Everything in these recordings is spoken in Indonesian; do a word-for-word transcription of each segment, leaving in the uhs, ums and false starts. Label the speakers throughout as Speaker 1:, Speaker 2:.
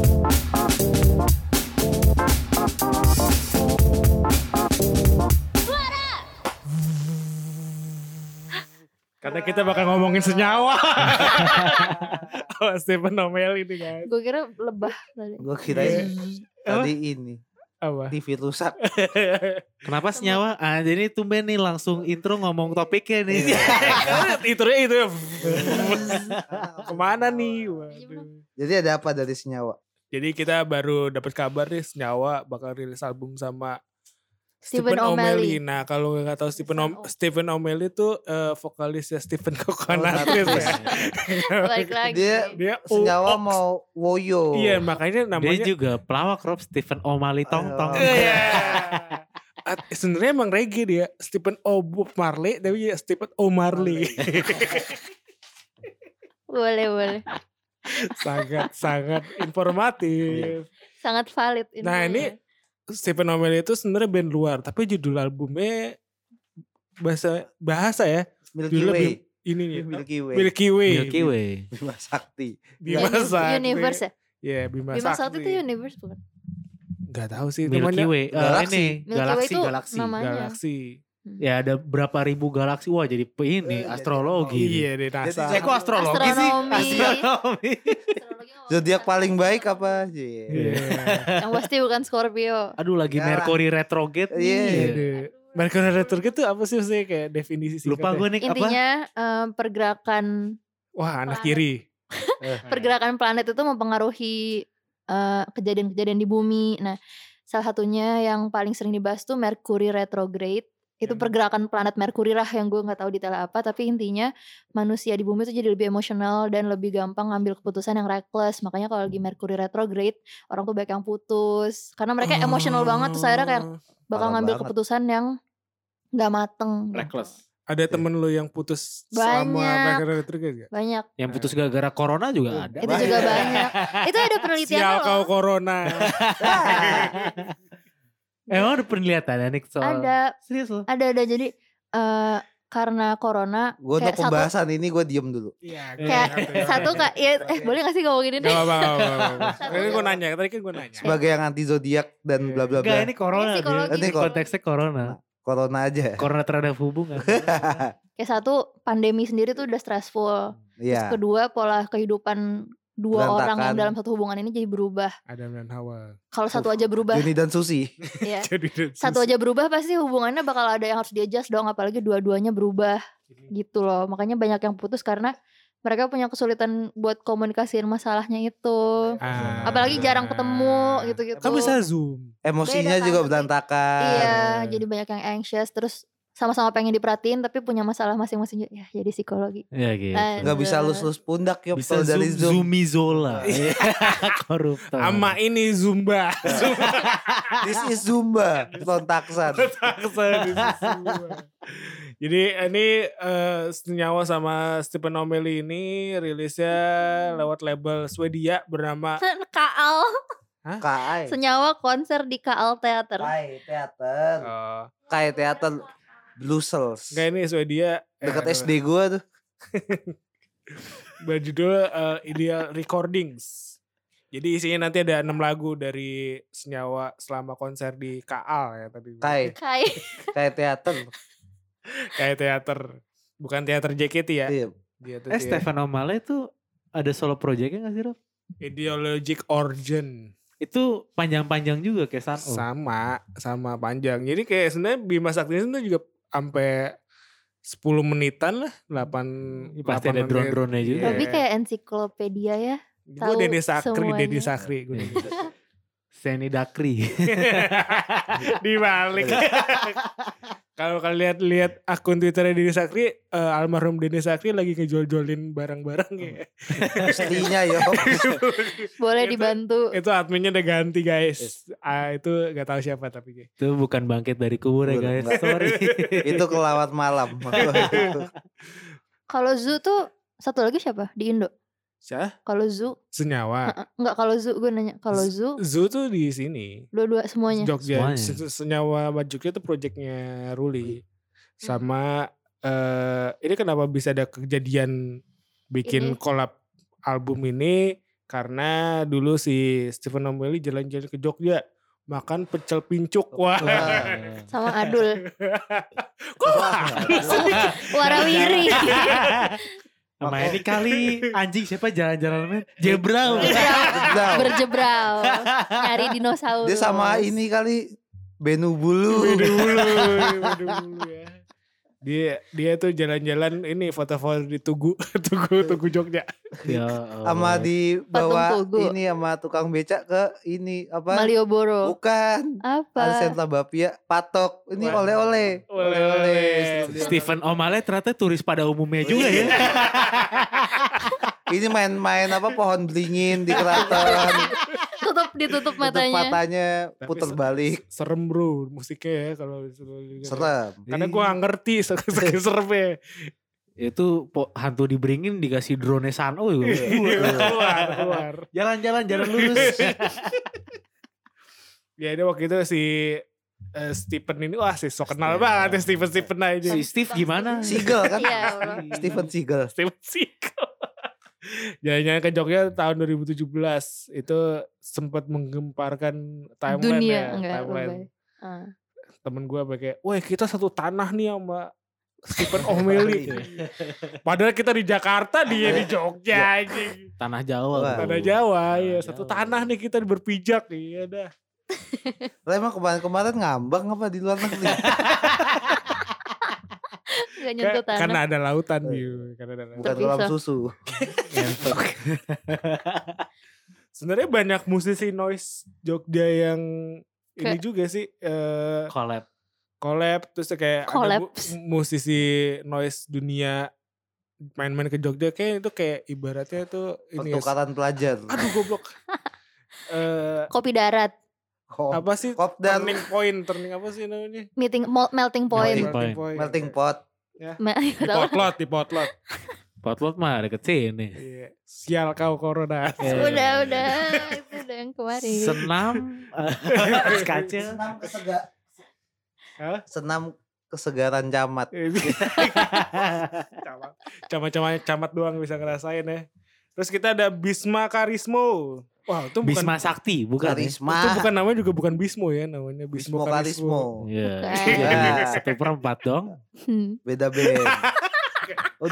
Speaker 1: Karena kita bakal ngomongin senyawa. Oh, Stephen O'Malley ini guys.
Speaker 2: Gue kira lebah tadi.
Speaker 3: Gue kira tadi ini.
Speaker 1: Apa?
Speaker 3: T V rusak.
Speaker 4: Kenapa senyawa? Ah, jadi tumben nih langsung intro ngomong topiknya nih.
Speaker 1: Itu itu. Kemana nih? Waduh.
Speaker 3: Jadi ada apa dari senyawa?
Speaker 1: Jadi kita baru dapat kabar nih senyawa bakal rilis album sama
Speaker 2: Stephen
Speaker 1: Stephen
Speaker 2: O'Malley.
Speaker 1: O'Malley. Nah kalau nggak tahu Stephen O'Malley, Stephen O'Malley tuh uh, vokalisnya Stephen
Speaker 3: Oh,
Speaker 1: Kokonatris ya.
Speaker 2: Balik lagi.
Speaker 3: Dia
Speaker 1: Dia
Speaker 3: senyawa
Speaker 1: Oaks.
Speaker 3: mau woyo.
Speaker 1: Iya makanya namanya.
Speaker 4: Dia juga pelawak Rob, Stephen O'Malley tong tong.
Speaker 1: Iya. At- Sebenarnya emang reggae dia Stephen O. Bob Marley tapi ya Stephen O'Malley.
Speaker 2: Boleh boleh.
Speaker 1: sangat sangat informatif.
Speaker 2: Sangat valid.
Speaker 1: Nah ini Stephen O'Malley itu sebenarnya band luar tapi judul albumnya bahasa bahasa ya.
Speaker 3: Milky
Speaker 1: Judulnya
Speaker 3: Way.
Speaker 1: Bim- ini nih.
Speaker 3: Milky Way.
Speaker 1: Milky Way.
Speaker 4: Milky Way.
Speaker 3: Bima Sakti.
Speaker 1: Bima
Speaker 2: Ya,
Speaker 1: Sakti.
Speaker 2: Universe ya?
Speaker 1: Iya, Bima,
Speaker 2: Bima
Speaker 1: Sakti.
Speaker 2: Sakti itu universe bukan?
Speaker 1: Gak tahu sih
Speaker 4: Milky
Speaker 1: namanya.
Speaker 4: Way. Eh,
Speaker 3: Galaksi.
Speaker 4: ini
Speaker 2: Milky Way
Speaker 4: galaksi
Speaker 2: itu
Speaker 4: galaksi.
Speaker 2: namanya.
Speaker 1: Galaksi.
Speaker 4: Ya ada berapa ribu galaksi. Wah jadi ini
Speaker 3: Eh,
Speaker 4: astrologi.
Speaker 1: Iya deh NASA.
Speaker 3: Jadi-
Speaker 4: Eh kok astrologi sih?
Speaker 2: Astronomi.
Speaker 4: Astronomi.
Speaker 3: Zodiak paling baik apa? Iya.
Speaker 1: Iya.
Speaker 2: Yang pasti bukan Scorpio.
Speaker 4: Aduh lagi
Speaker 3: Ya.
Speaker 4: Mercury retrograde.
Speaker 3: Iya.
Speaker 1: Iya deh. Mercury retrograde itu apa sih maksudnya kayak definisi singkatnya?
Speaker 4: Lupa gue nih apa?
Speaker 2: Intinya em, pergerakan
Speaker 1: Wah anak
Speaker 2: Planet.
Speaker 1: kiri.
Speaker 2: pergerakan planet itu mempengaruhi eh, kejadian-kejadian di bumi. Nah, salah satunya yang paling sering dibahas tuh Mercury retrograde. Itu
Speaker 1: Hmm.
Speaker 2: pergerakan planet Mercury lah yang gue nggak tahu detail apa, tapi intinya manusia di bumi itu jadi lebih emosional dan lebih gampang ngambil keputusan yang reckless. Makanya kalau lagi Mercury retrograde, orang tuh banyak yang putus karena mereka emosional banget tuh akhirnya kayak bakal
Speaker 3: Parah
Speaker 2: ngambil
Speaker 3: banget.
Speaker 2: keputusan yang nggak mateng.
Speaker 4: Reckless.
Speaker 1: Ada temen lu yang putus selama
Speaker 2: Banyak.
Speaker 1: Mercury retrograde gak?
Speaker 2: Banyak.
Speaker 4: Yang putus gara-gara corona juga ada.
Speaker 2: Itu juga banyak. Itu ada penelitian
Speaker 1: Sial
Speaker 2: loh.
Speaker 1: kau corona.
Speaker 4: Emang ada penelitiannya nih soal.
Speaker 2: Ada.
Speaker 4: Serius loh.
Speaker 2: Ada ada jadi eh karena corona
Speaker 3: Gue
Speaker 2: kayak
Speaker 3: untuk
Speaker 2: satu
Speaker 3: pembahasan ini gue diem dulu.
Speaker 1: Iya.
Speaker 2: kayak satu kak ya eh boleh gak sih ngomongin ini?
Speaker 1: Gak apa-apa, gak apa-apa.
Speaker 2: Satu
Speaker 1: Tadi gue
Speaker 2: yang-
Speaker 1: nanya, tadi kan gue nanya.
Speaker 3: Sebagai yang anti zodiak dan bla bla
Speaker 4: Enggak
Speaker 3: bla.
Speaker 4: ini corona.
Speaker 2: Ini psikologi.
Speaker 4: Dia.
Speaker 3: Ini kok-
Speaker 4: Konteksnya corona.
Speaker 3: Corona aja.
Speaker 4: Corona terhadap hubungan.
Speaker 2: Kayak satu pandemi sendiri tuh udah stressful. Terus
Speaker 3: Iya.
Speaker 2: kedua pola kehidupan dua
Speaker 3: Berantakan.
Speaker 2: orang yang dalam satu hubungan ini jadi berubah.
Speaker 1: Adam dan Hawa.
Speaker 2: Kalau satu aja berubah,
Speaker 3: Juni dan Susi.
Speaker 2: ya.
Speaker 1: Jadi
Speaker 2: Satu aja berubah pasti hubungannya bakal ada yang harus di-adjust dong, apalagi dua-duanya berubah gitu loh. Makanya banyak yang putus karena mereka punya kesulitan buat komunikasiin masalahnya itu.
Speaker 1: Ah.
Speaker 2: Apalagi jarang ketemu gitu-gitu.
Speaker 1: Kan bisa Zoom.
Speaker 3: Emosinya
Speaker 2: Beda
Speaker 3: juga
Speaker 2: kan,
Speaker 3: berantakan.
Speaker 2: Iya, jadi banyak yang anxious terus sama-sama pengen diperhatiin tapi punya masalah masing-masing. Ya, jadi psikologi.
Speaker 4: Iya gitu.
Speaker 3: Nggak bisa lus-lus pundak yuk
Speaker 4: Bisa
Speaker 3: kalau dari
Speaker 4: zoom,
Speaker 3: Zoom.
Speaker 4: Zumi Zola. Koruptor.
Speaker 1: Ama ini Zumba.
Speaker 3: This is Zumba. Lontaksan.
Speaker 1: Taksa di Zumba. Jadi ini eh, senyawa sama Stephen O'Malley ini rilisnya lewat label Swedia bernama
Speaker 2: K A L
Speaker 3: K A I.
Speaker 2: senyawa konser di K A L Theater.
Speaker 3: Kai teater.
Speaker 1: eh,
Speaker 3: Kai teater. Brussels.
Speaker 1: enggak ini Swedia eh,
Speaker 3: Dekat
Speaker 1: aduh,
Speaker 3: S D gue tuh.
Speaker 1: berjudul eh, Ideal Recordings. Jadi isinya nanti ada enam lagu dari senyawa selama konser di K A L ya tadi.
Speaker 3: Kai.
Speaker 2: Kai.
Speaker 3: Kai teater.
Speaker 1: Kayak teater. Bukan teater J K T ya.
Speaker 3: Iya.
Speaker 1: Dia tuh
Speaker 4: Eh
Speaker 1: dia-
Speaker 4: Stephen O'Malley tuh ada solo projectnya gak sih Rob?
Speaker 1: Ideologic Origin.
Speaker 4: Itu panjang-panjang juga kayak Sun Oh.
Speaker 1: Sama, sama panjang. Jadi kayak sebenarnya Bima Sakti itu juga sampai sepuluh menitan lah, delapan
Speaker 4: Ya, pasti ada
Speaker 1: delapan menit.
Speaker 4: drone-drone-nya juga.
Speaker 1: Iya.
Speaker 2: Lebih kayak ensiklopedia ya.
Speaker 1: Gue
Speaker 2: tahu
Speaker 1: Dede Sakri,
Speaker 2: semuanya.
Speaker 1: Dede Sakri. Gue
Speaker 4: Seni Dakri.
Speaker 1: di balik. Kalau kalian lihat akun Twitternya Dede Sakri, eh, almarhum Dede Sakri lagi ngejual-jualin barang-barang ya.
Speaker 3: Istrinya yuk.
Speaker 2: Boleh
Speaker 1: Itu-
Speaker 2: dibantu.
Speaker 1: Itu adminnya udah ganti guys. Ah, itu gak tahu siapa tapi.
Speaker 4: Itu bukan bangkit dari kubur ya guys.
Speaker 3: Enggak.
Speaker 4: Sorry.
Speaker 3: Itu kelawat malam.
Speaker 2: Kalau Zoo tuh satu lagi siapa di Indo?
Speaker 1: Siapa?
Speaker 2: Kalau Zoo
Speaker 1: Senyawa.
Speaker 2: enggak kalau Zoo gue nanya kalau Zoo
Speaker 1: Zoo tuh di sini.
Speaker 2: dua-dua semuanya.
Speaker 1: Jogja.
Speaker 4: Semuanya.
Speaker 1: Se- Senyawa Mbak Jogja itu proyeknya Ruli. Sama eh ini kenapa bisa ada kejadian bikin
Speaker 2: Ini.
Speaker 1: collab album ini Karena dulu si Stephen O'Malley jalan-jalan ke Jogja makan pecel pincuk. Wah.
Speaker 2: Sama Adul.
Speaker 1: Kok
Speaker 2: Warawiri.
Speaker 4: Sama ini kali anjing siapa jalan-jalan men? Jebral.
Speaker 3: Jebral.
Speaker 2: Berjebral. Nyari dinosaurus.
Speaker 3: Dia sama ini kali Benu Bulu.
Speaker 1: Beda dulu, beda dulu ya. Dia dia tuh jalan-jalan ini foto-foto di Tugu, Tugu, Tugu Jogja.
Speaker 4: Ya,
Speaker 3: Sama dibawa
Speaker 2: Patung Tugu.
Speaker 3: ini sama tukang becak ke ini apa?
Speaker 2: Malioboro.
Speaker 3: Bukan.
Speaker 2: Apa?
Speaker 3: Arsenta Bapia patok. Ini
Speaker 1: Wah.
Speaker 3: oleh-oleh.
Speaker 1: Oleh-oleh.
Speaker 4: Stephen O'Malley ternyata turis pada umumnya juga ya.
Speaker 3: Ini main-main apa pohon beringin di keraton.
Speaker 2: Tutup ditutup
Speaker 3: Tutup
Speaker 2: matanya.
Speaker 3: matanya
Speaker 1: Tapi
Speaker 3: puter
Speaker 1: se-
Speaker 3: balik.
Speaker 1: Serem bro musiknya ya kalau disuruh-
Speaker 3: Serem.
Speaker 1: Karena gue gak ngerti saking seremnya.
Speaker 4: Itu po- hantu di beringin dikasih drone Sano gitu.
Speaker 1: keluar, keluar.
Speaker 4: Jalan-jalan jalan lurus.
Speaker 1: Ya ini waktu itu si eh, Stephen ini wah sih so kenal banget ya Stephen Stephen aja.
Speaker 4: Si Steve gimana?
Speaker 3: Seagull kan?
Speaker 2: Iya, bro.
Speaker 3: Steven Seagull.
Speaker 1: Stephen Seagal. Jalan-jalan ke Jogja tahun dua ribu tujuh belas itu sempat menggemparkan timeline
Speaker 2: Dunia
Speaker 1: ya,
Speaker 2: enggak
Speaker 1: timeline.
Speaker 2: lebay. Ah.
Speaker 1: Temen gue kayak, wah kita satu tanah nih sama Stephen O'Malley. Padahal kita di Jakarta, dia di Jogja aja.
Speaker 4: Tanah Jawa.
Speaker 3: Wah.
Speaker 4: bro.
Speaker 1: Tanah Jawa, ya
Speaker 4: Tanah
Speaker 1: satu
Speaker 4: Jawa.
Speaker 1: tanah nih kita berpijak, iya dah.
Speaker 3: Lah emang kemarin-kemarin ngambang apa di luar negeri?
Speaker 2: Gak nyentuh
Speaker 1: Kan, karena
Speaker 2: tanah.
Speaker 1: ada lautan, Biu. Karena ada lautan.
Speaker 3: Bukan
Speaker 2: Terpisah.
Speaker 3: kolam susu.
Speaker 4: Ngentot.
Speaker 1: Sebenarnya banyak musisi noise Jogja yang ini
Speaker 2: Kayak-
Speaker 1: juga sih. eh
Speaker 4: Collab.
Speaker 1: collab terus kayak ada
Speaker 2: Collabs.
Speaker 1: mu- musisi noise dunia main-main ke Jogja kayak itu kayak ibaratnya tuh ini ya,
Speaker 3: Pertukaran pelajar.
Speaker 1: aduh goblok. Eh
Speaker 2: Kopi darat.
Speaker 3: Kop,
Speaker 1: apa sih
Speaker 3: kopdar.
Speaker 1: turning point turning apa sih namanya
Speaker 2: Meeting mo- melting point.
Speaker 4: Melting point.
Speaker 3: melting pot.
Speaker 2: Me-
Speaker 1: di
Speaker 2: tahu.
Speaker 1: potlot di potlot.
Speaker 4: Potlot mah deket sini.
Speaker 1: Iya. Sial kau corona.
Speaker 2: Udah udah itu udah yang kemarin.
Speaker 4: Senam. Kaca.
Speaker 3: Senam kesega.
Speaker 1: Hah?
Speaker 3: Senam kesegaran camat.
Speaker 1: camat, camat, camat, camat doang bisa ngerasain ya. Terus kita ada Bisma Karismo. Wah itu bukan
Speaker 4: Bisma Sakti bukan ya?
Speaker 3: Karisma.
Speaker 1: itu bukan namanya juga bukan Bismo ya namanya Bismo,
Speaker 3: Bismo Karismo.
Speaker 4: Iya.
Speaker 2: Bukan.
Speaker 4: Jadi Satu perempat dong.
Speaker 2: Hmm.
Speaker 3: Beda band. Oh,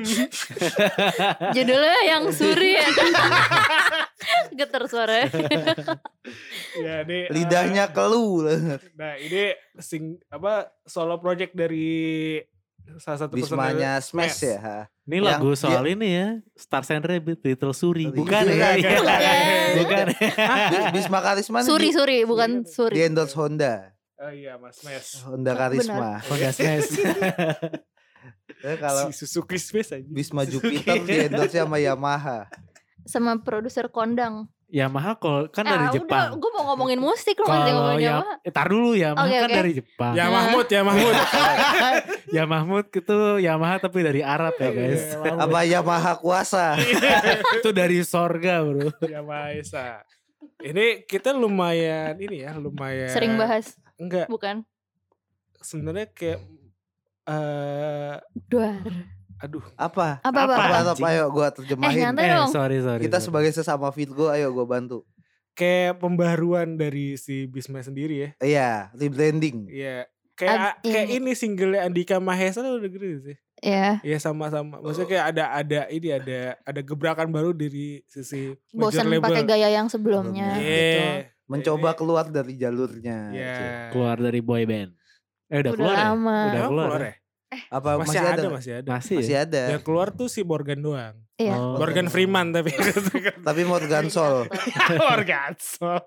Speaker 2: Judulnya yang suri ya. Getar suaranya.
Speaker 1: Ya ini eh,
Speaker 3: lidahnya kelu.
Speaker 1: nah ini sing apa solo project dari salah satu
Speaker 3: Bismanya
Speaker 1: personel
Speaker 3: Smash ya. ha.
Speaker 4: Ini
Speaker 3: Yang
Speaker 4: lagu soal ini ya. Stars and Rabbit Little Suri.
Speaker 3: Little
Speaker 4: Bukan
Speaker 3: Suri.
Speaker 4: ya?
Speaker 3: Bukan.
Speaker 4: Bukan.
Speaker 3: Bis- Bisma Karisma nih
Speaker 2: Suri
Speaker 3: di,
Speaker 2: suri bukan
Speaker 3: di
Speaker 2: suri.
Speaker 3: endorse Honda.
Speaker 1: Oh iya Mas Mes.
Speaker 3: Honda
Speaker 2: Benar.
Speaker 3: Karisma.
Speaker 4: Honda Smash.
Speaker 3: Ya, kalau
Speaker 1: Si Suzuki Space aja.
Speaker 3: Bisma Jupiter di endorse sama Yamaha.
Speaker 2: Sama produser kondang.
Speaker 4: Yamaha kol kan dari Jepang.
Speaker 2: Gue mau ngomongin musik lu masih
Speaker 4: Kalau
Speaker 2: ngomongin
Speaker 4: ya,
Speaker 2: Yamaha.
Speaker 4: eh, tar dulu Yamaha
Speaker 2: Oke,
Speaker 4: kan
Speaker 2: oke.
Speaker 4: dari Jepang.
Speaker 1: Ya Mahmud, ya Mahmud.
Speaker 4: Ya Mahmud itu Yamaha tapi dari Arab ya guys.
Speaker 1: Ya, Mahmud.
Speaker 3: Apa Yamaha kuasa.
Speaker 4: Itu dari sorga bro.
Speaker 1: Ya Maesa. Ini kita lumayan ini ya, lumayan
Speaker 2: Sering bahas.
Speaker 1: Enggak,
Speaker 2: Bukan.
Speaker 1: sebenarnya kayak eh
Speaker 2: Duar.
Speaker 1: aduh,
Speaker 3: Apa?
Speaker 2: Apa apa?
Speaker 4: Apa?
Speaker 2: apa?
Speaker 3: Apa, apa ayo gua
Speaker 2: Eh
Speaker 3: terjemahin.
Speaker 2: nyantai
Speaker 4: Eh
Speaker 2: dong.
Speaker 4: sorry sorry.
Speaker 3: Kita
Speaker 4: sorry.
Speaker 3: sebagai sesama Virgo ayo gua bantu.
Speaker 1: kayak pembaruan dari si Bisma sendiri ya.
Speaker 3: Iya, rebranding.
Speaker 1: Iya. Kayak
Speaker 2: Ad-
Speaker 1: kayak
Speaker 2: ini.
Speaker 1: ini single Andika Mahesa lo udah gede sih.
Speaker 2: Ya.
Speaker 1: Iya sama-sama. Maksudnya kayak ada ada ini ada ada gebrakan baru dari sisi major
Speaker 2: Bosan
Speaker 1: label.
Speaker 2: pakai gaya yang sebelumnya
Speaker 1: Iya.
Speaker 2: gitu.
Speaker 3: Mencoba keluar dari jalurnya.
Speaker 1: Iya.
Speaker 4: keluar dari boy band. Eh udah,
Speaker 2: Udah
Speaker 4: keluar ya?
Speaker 2: lama.
Speaker 4: Udah
Speaker 1: Oh,
Speaker 4: keluar.
Speaker 1: keluar
Speaker 4: ya?
Speaker 1: ya?
Speaker 3: Apa
Speaker 1: Masih,
Speaker 3: masih,
Speaker 1: ada,
Speaker 3: ada?
Speaker 1: masih ada.
Speaker 4: Masih.
Speaker 3: Masih
Speaker 4: ya?
Speaker 3: ada.
Speaker 1: Yang keluar tuh si Morgan doang.
Speaker 2: Iya.
Speaker 4: Oh.
Speaker 1: Morgan Freeman tapi
Speaker 3: Tapi Morgan Sol.
Speaker 1: Morgan Sol.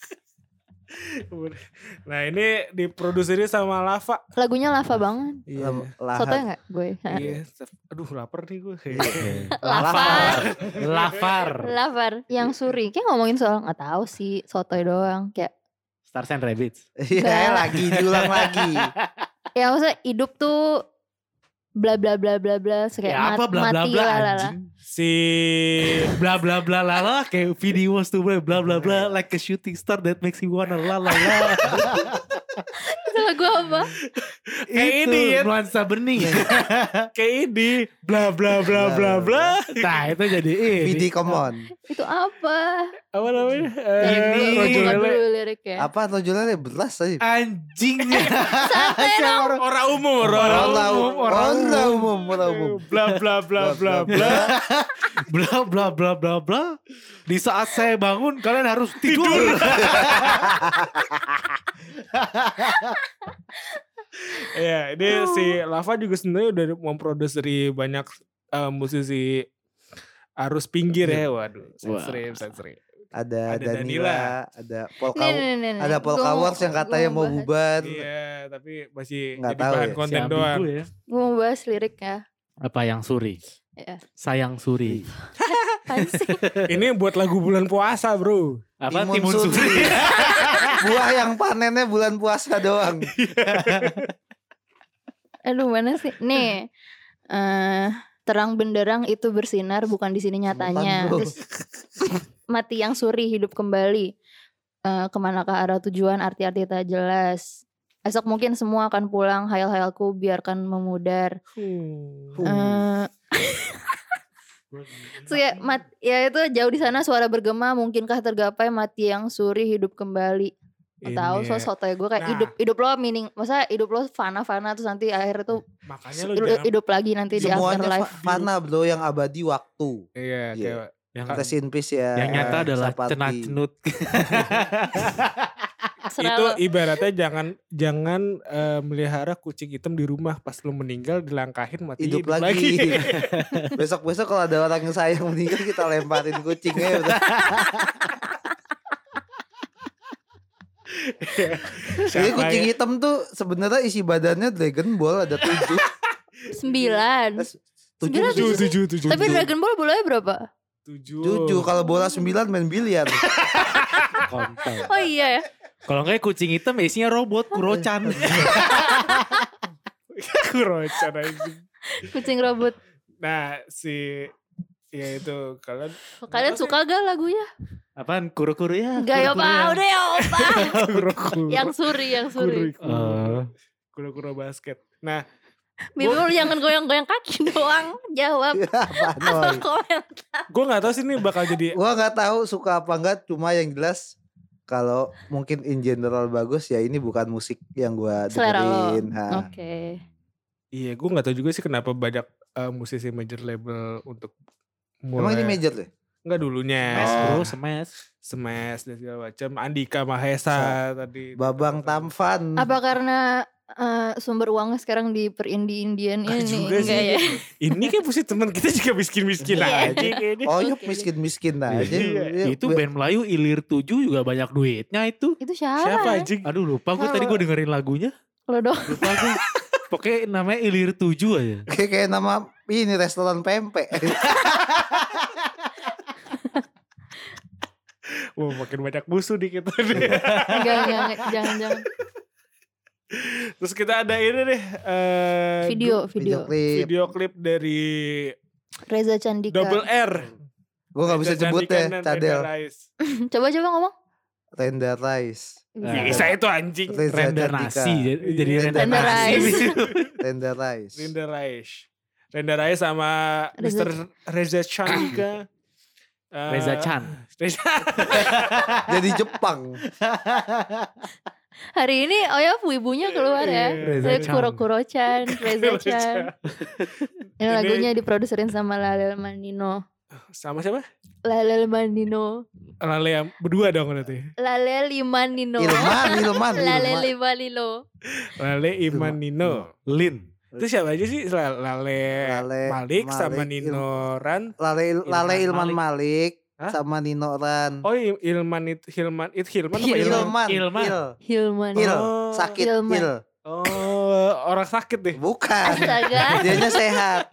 Speaker 1: Nah ini diproduksi sama Lava.
Speaker 2: Lagunya lava banget.
Speaker 1: Iya.
Speaker 3: Lahat.
Speaker 2: Sotonya gak gue?
Speaker 1: Iya. Aduh lapar nih gue.
Speaker 2: Lafar.
Speaker 4: Lafar.
Speaker 2: Lafar. Yang suri. Kayak ngomongin soal gak tahu sih. Sotoy doang. Kayak.
Speaker 4: Stars and Rabbits.
Speaker 3: Iya,
Speaker 2: Enggak.
Speaker 3: lagi diulang lagi.
Speaker 2: Ya maksudnya hidup tuh. Bla bla bla bla bla. Kayak
Speaker 4: Ya apa
Speaker 2: mat-
Speaker 4: bla bla
Speaker 2: mati
Speaker 4: bla
Speaker 2: lah lah lah.
Speaker 4: anjing.
Speaker 1: Si
Speaker 4: Bla bla bla la la kayak video was to bla bla bla bla like a shooting star that makes you wanna la la la.
Speaker 2: Itu lagu apa?
Speaker 1: Kayak
Speaker 4: Itu
Speaker 1: ini ya.
Speaker 4: nuansa bening ya.
Speaker 1: Kayak ini bla bla bla bla bla.
Speaker 4: Nah itu jadi ini.
Speaker 3: Vidi come on.
Speaker 2: Itu apa?
Speaker 1: Apa namanya? Eh,
Speaker 4: Ini.
Speaker 2: Gue
Speaker 1: Rojo
Speaker 2: buka
Speaker 1: Lele.
Speaker 2: dulu liriknya.
Speaker 3: Apa tojolnya beras aja.
Speaker 4: Anjingnya.
Speaker 2: Santai dong.
Speaker 1: Orang umum, orang
Speaker 3: Orang
Speaker 1: umum,
Speaker 3: orang umum, orang umum.
Speaker 1: Bla bla bla bla bla.
Speaker 4: Bla bla bla bla bla. Di saat saya bangun kalian harus tidur.
Speaker 1: Iya, ini si Lava juga sebenarnya udah memproduksi dari banyak eh, musisi arus pinggir ya. Waduh, sensri, sensri.
Speaker 3: Ada,
Speaker 1: Ada
Speaker 3: Danila,
Speaker 1: Danila.
Speaker 3: ada Polka,
Speaker 2: Nih, nih, nih, nih.
Speaker 3: ada Polka
Speaker 2: Gua mau-
Speaker 3: Wars yang katanya
Speaker 2: gua
Speaker 3: mau
Speaker 2: bahas.
Speaker 3: bubar.
Speaker 1: Iya, tapi masih
Speaker 3: Nggak
Speaker 1: jadi
Speaker 3: tahu
Speaker 1: bahan
Speaker 3: ya,
Speaker 1: konten
Speaker 4: Si
Speaker 1: doang.
Speaker 4: ambigu ya.
Speaker 2: Gue mau bahas liriknya.
Speaker 4: Apa yang suri?
Speaker 2: Ya.
Speaker 4: Sayang suri.
Speaker 2: Apaan sih?
Speaker 1: Ini buat lagu bulan puasa, bro.
Speaker 4: Apa
Speaker 3: Timun
Speaker 4: timun
Speaker 3: suri.
Speaker 4: suri?
Speaker 3: Buah yang panennya bulan puasa doang.
Speaker 2: Aduh mana sih? Nih. eh terang benderang itu bersinar bukan di sini nyatanya.
Speaker 3: Bukan, bro.
Speaker 2: Terus mati yang suri hidup kembali. Eh kemanakah arah tujuan arti-arti tak jelas. Esok mungkin semua akan pulang, hayal-hayalku biarkan memudar. Eh so ya, mat, ya itu jauh di sana suara bergema, mungkinkah tergapai mati yang suri hidup kembali.
Speaker 1: Ini
Speaker 2: Tahu so
Speaker 1: ya.
Speaker 2: sotoy gue kayak
Speaker 1: Nah.
Speaker 2: hidup hidup lo meaning, masa hidup lo fana-fana terus nanti akhirnya tuh
Speaker 1: Makanya lu
Speaker 2: hidup,
Speaker 1: jangan.
Speaker 2: hidup lagi nanti di
Speaker 3: Semuanya
Speaker 2: afterlife.
Speaker 3: fa- fana bro, yang abadi waktu.
Speaker 1: Iya,
Speaker 3: Iya.
Speaker 1: kayak
Speaker 4: Yang,
Speaker 3: Rest in peace ya.
Speaker 4: yang nyata adalah
Speaker 3: Sapardi.
Speaker 4: cenat cenut.
Speaker 2: Serah
Speaker 1: itu
Speaker 2: lo.
Speaker 1: ibaratnya jangan jangan eh, melihara kucing hitam di rumah pas lu meninggal dilangkahin mati
Speaker 3: Hidup
Speaker 1: hidup,
Speaker 3: lagi.
Speaker 1: lagi.
Speaker 3: Besok-besok kalau ada orang yang sayang meninggal kita lemparin kucingnya. Udah. Jadi
Speaker 1: Siapa
Speaker 3: kucing
Speaker 1: ya?
Speaker 3: hitam tuh sebenarnya isi badannya Dragon Ball ada tujuh.
Speaker 2: Sembilan.
Speaker 3: Tujuh,
Speaker 2: Sembilan
Speaker 1: Tujuh,
Speaker 3: tujuh,
Speaker 1: tujuh, tujuh.
Speaker 2: Tapi
Speaker 1: tujuh.
Speaker 2: Dragon Ball bolanya berapa?
Speaker 1: Tujuh.
Speaker 3: tujuh. Kalau bola sembilan main biliar.
Speaker 4: Kontol.
Speaker 2: Oh iya ya.
Speaker 4: Kalau enggak kucing hitam isinya robot Kurochan.
Speaker 1: Kurocan anjing.
Speaker 2: Kucing robot.
Speaker 1: Nah, si ya itu kalian
Speaker 2: Kalian suka gak lagunya?
Speaker 4: Apaan kuru-kuru ya?
Speaker 2: Gak ya
Speaker 4: Kuru-kuru
Speaker 2: pak,
Speaker 4: ya.
Speaker 2: udah ya opa.
Speaker 1: kuro-kuro.
Speaker 2: Yang suri, yang suri.
Speaker 4: Oh.
Speaker 1: Kuro-kuro basket. Nah,
Speaker 2: Bibi lu jangan goyang-goyang kaki doang. Jawab.
Speaker 3: Apaan
Speaker 2: Apa
Speaker 3: Noy?
Speaker 2: komen?
Speaker 1: gue nggak tahu sih ini bakal jadi
Speaker 3: Gua nggak tahu suka apa enggak, cuma yang jelas kalau mungkin in general bagus ya ini bukan musik yang gua
Speaker 2: Selera lo.
Speaker 3: dengerin. Ha.
Speaker 2: Oke.
Speaker 1: iya, gue nggak tahu juga sih kenapa banyak eh, musisi major label untuk
Speaker 3: Emang ini major deh?
Speaker 1: Enggak dulunya.
Speaker 4: Smash
Speaker 3: Oh.
Speaker 4: bro, smash.
Speaker 1: Smash dan segala macam. Andika Mahesa tadi.
Speaker 3: Babang Tampan.
Speaker 2: Apa karena eh, sumber uangnya sekarang di perindi-indian
Speaker 1: Nggak
Speaker 2: ini?
Speaker 1: juga
Speaker 2: Enggak
Speaker 1: sih.
Speaker 2: ya?
Speaker 1: Ini kan musik teman kita juga miskin-miskin
Speaker 2: Iya.
Speaker 1: aja kayaknya.
Speaker 3: Oh yuk
Speaker 2: Oke.
Speaker 3: miskin-miskin aja.
Speaker 1: Iya.
Speaker 3: Iya,
Speaker 4: Itu
Speaker 3: be-
Speaker 4: band Melayu Ilir tujuh juga banyak duitnya itu.
Speaker 2: Itu siapa?
Speaker 1: Siapa
Speaker 2: ya?
Speaker 1: anjing?
Speaker 4: Aduh lupa gue tadi gue dengerin lagunya.
Speaker 2: Lo dong.
Speaker 4: Lupa gue. Pokoknya namanya Ilir tujuh aja.
Speaker 3: Kayak kayak nama ini restoran pempek.
Speaker 1: Wah, makin banyak musuh di kita nih.
Speaker 2: Enggak, enggak, enggak. Jangan, jangan.
Speaker 1: Terus kita ada ini nih. eh,
Speaker 2: Video,
Speaker 3: Video
Speaker 2: video.
Speaker 3: klip.
Speaker 1: video klip dari
Speaker 2: Reza Candika.
Speaker 1: Double R.
Speaker 3: Gue gak bisa
Speaker 1: Reza
Speaker 3: sebut
Speaker 1: Candika
Speaker 3: ya.
Speaker 1: dan
Speaker 3: Cadel.
Speaker 1: Renda Rice.
Speaker 2: Coba-coba ngomong.
Speaker 3: Renda Rice.
Speaker 4: Nah.
Speaker 1: Bisa itu anjing.
Speaker 3: Reza
Speaker 4: Render
Speaker 3: Candika.
Speaker 4: nasi jadi, jadi
Speaker 3: Render
Speaker 4: render
Speaker 2: nasi.
Speaker 4: nasi.
Speaker 3: Renda Rice.
Speaker 1: Renda Rice. Renda Rice sama
Speaker 2: Reza-
Speaker 1: mister Reza Candika. Eh,
Speaker 4: Reza Chan.
Speaker 1: Reza.
Speaker 3: Jadi Jepang.
Speaker 2: Hari ini oh ya ibunya keluar ya.
Speaker 1: Iya,
Speaker 4: Reza
Speaker 2: Saya
Speaker 4: Chan.
Speaker 2: Kuro-Kuro-chan, Reza
Speaker 1: Reza
Speaker 2: Chan.
Speaker 1: Chan.
Speaker 2: Ini lagunya diproduserin sama Lalel Manino.
Speaker 1: Sama siapa?
Speaker 2: Lalel Manino.
Speaker 1: Lale yang berdua dong berarti.
Speaker 2: Lalel Manino.
Speaker 3: Ilman, Ilman,
Speaker 2: Lalel
Speaker 3: Ilman.
Speaker 2: Manino.
Speaker 1: Lale Iman Nino.
Speaker 4: Lin.
Speaker 1: Itu siapa aja sih? Lale,
Speaker 3: Lale
Speaker 1: Malik, sama
Speaker 3: Malik,
Speaker 1: Nino Ran.
Speaker 3: Lale, Lale
Speaker 4: Ilman
Speaker 3: Ilman Malik,
Speaker 1: Hah?
Speaker 3: sama Nino Ran.
Speaker 1: Oh, Il- Ilman itu Hilman itu Hilman apa
Speaker 2: Hilman.
Speaker 1: Ilman?
Speaker 3: Ilman.
Speaker 4: Ilman.
Speaker 3: Il.
Speaker 2: Hilman.
Speaker 3: Il.
Speaker 1: Oh.
Speaker 3: Sakit.
Speaker 2: Ilman.
Speaker 3: Il.
Speaker 1: Oh, orang sakit deh.
Speaker 3: Bukan.
Speaker 2: Astaga.
Speaker 3: Dianya sehat.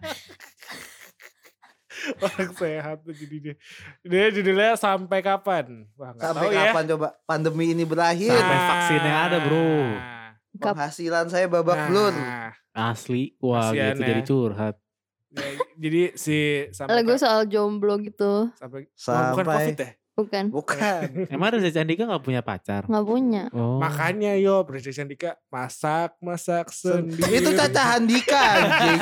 Speaker 1: Orang sehat tuh jadi dia. Dia judulnya Sampai Kapan? Wah, nggak
Speaker 3: Sampai
Speaker 1: tahu ya.
Speaker 3: kapan coba pandemi ini berakhir?
Speaker 4: Sampai vaksinnya ada, bro.
Speaker 2: Kap-
Speaker 3: Penghasilan saya babak
Speaker 1: Nah,
Speaker 3: belur.
Speaker 4: Asli. Wah
Speaker 1: Kasian
Speaker 4: gitu
Speaker 1: ya.
Speaker 4: jadi curhat.
Speaker 1: ya, jadi si sampai
Speaker 2: Lagu
Speaker 1: Ka-
Speaker 2: soal jomblo gitu.
Speaker 1: sampai, oh,
Speaker 3: Sampai
Speaker 1: bukan Covid ya?
Speaker 2: Bukan.
Speaker 3: Bukan.
Speaker 4: Emang Reza Candika gak punya pacar?
Speaker 2: Nggak punya.
Speaker 4: Oh.
Speaker 1: Makanya yo Reza Candika masak masak sendiri.
Speaker 3: Itu Caca Handika anjing.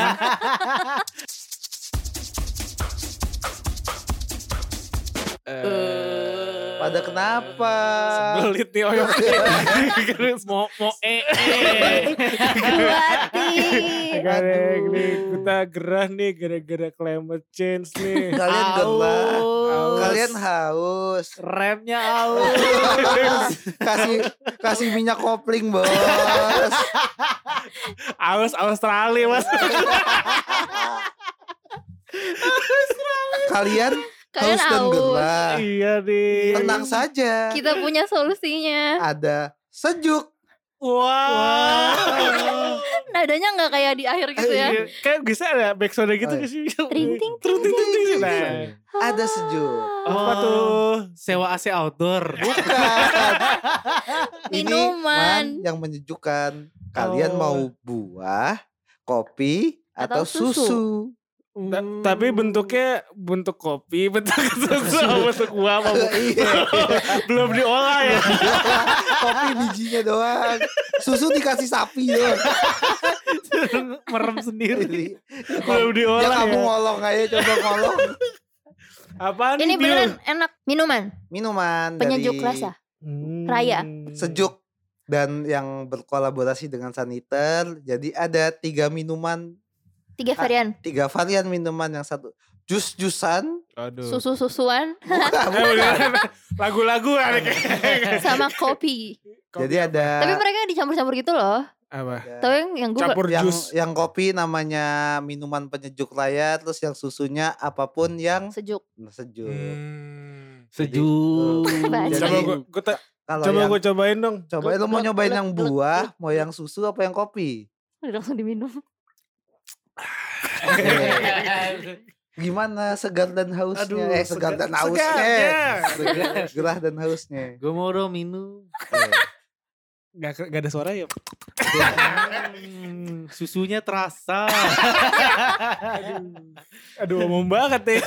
Speaker 1: Eh,
Speaker 3: Pada kenapa?
Speaker 1: Belit nih oyok.
Speaker 4: Mau mau eh eh.
Speaker 2: Guati.
Speaker 1: Gara-gara nih kita gerah nih gara-gara climate change nih.
Speaker 3: Kalian gerah.
Speaker 1: Haus.
Speaker 3: Kalian haus.
Speaker 4: Remnya aus.
Speaker 3: kasih kasih minyak kopling, Bos.
Speaker 1: Aus Australia mas.
Speaker 3: Kalian
Speaker 2: Kalian
Speaker 3: haus dan
Speaker 2: haus.
Speaker 3: gerah.
Speaker 1: Iya nih.
Speaker 3: Tenang saja.
Speaker 2: Kita punya solusinya.
Speaker 3: Ada sejuk.
Speaker 1: Wah.
Speaker 2: Nadanya nggak kayak di akhir gitu ya.
Speaker 1: Iya, kayak bisa ada backsound gitu
Speaker 3: Oh,
Speaker 1: ke sih.
Speaker 2: Tring, ting,
Speaker 1: Tring, ting, ting, ting. Nah,
Speaker 3: Ada sejuk.
Speaker 1: apa tuh?
Speaker 4: Sewa A C outdoor.
Speaker 3: Bukan. Ini
Speaker 2: Minuman.
Speaker 3: man yang menyejukkan. Kalian
Speaker 1: Oh.
Speaker 3: mau buah, kopi, atau,
Speaker 2: Atau susu.
Speaker 3: susu.
Speaker 1: Ta- tapi bentuknya bentuk kopi, bentuk susu, bentuk buah, apa bu-
Speaker 3: Iya.
Speaker 1: belum diolah ya.
Speaker 3: Kopi bijinya doang. Susu dikasih sapi doang.
Speaker 4: Merem sendiri.
Speaker 1: Belum
Speaker 3: Ya
Speaker 1: diolah
Speaker 3: kamu
Speaker 1: ya.
Speaker 3: ngolong aja, coba ngolong.
Speaker 1: Apaan
Speaker 2: Ini
Speaker 1: nih, Bil?
Speaker 2: beneran enak. Minuman.
Speaker 3: Minuman
Speaker 2: Penyejuk
Speaker 3: dari
Speaker 2: rasa.
Speaker 1: Hmm.
Speaker 2: Raya.
Speaker 3: Sejuk dan yang berkolaborasi dengan Saniter. Jadi ada tiga minuman,
Speaker 2: Tiga
Speaker 3: Ah.
Speaker 2: varian.
Speaker 3: tiga varian minuman. Yang satu jus-jusan.
Speaker 1: Aduh.
Speaker 2: Susu-susuan.
Speaker 3: Bukan,
Speaker 1: Eh, beneran. Lagu-lagu ada kayak.
Speaker 2: Sama kopi.
Speaker 3: Jadi ada
Speaker 2: Tapi mereka dicampur-campur gitu loh.
Speaker 1: apa?
Speaker 3: ya,
Speaker 2: Tapi yang, yang gue
Speaker 1: Campur
Speaker 3: yang
Speaker 1: jus.
Speaker 3: yang kopi namanya minuman penyejuk raya, terus yang susunya apapun yang
Speaker 2: sejuk.
Speaker 3: sejuk.
Speaker 1: Hmm.
Speaker 4: Sejuk.
Speaker 2: Bahasa.
Speaker 1: Coba
Speaker 3: Jadi,
Speaker 1: gue, gue ta-
Speaker 3: Kalau
Speaker 1: coba
Speaker 3: yang
Speaker 1: gue cobain dong.
Speaker 3: cobain lo mau
Speaker 2: glek,
Speaker 3: nyobain
Speaker 2: glek,
Speaker 3: yang
Speaker 2: glek,
Speaker 3: buah,
Speaker 2: glek.
Speaker 3: mau yang susu apa yang kopi?
Speaker 2: Udah langsung diminum.
Speaker 3: Gimana segar dan hausnya?
Speaker 1: Aduh,
Speaker 3: eh segar
Speaker 1: segar-
Speaker 3: dan hausnya.
Speaker 1: segarnya.
Speaker 3: Segar- Gerah dan hausnya.
Speaker 4: Gue mau dong minum.
Speaker 3: Eh,
Speaker 1: Gak, gak ada suara ya.
Speaker 4: Hmm, susunya terasa.
Speaker 1: Aduh umum banget ya.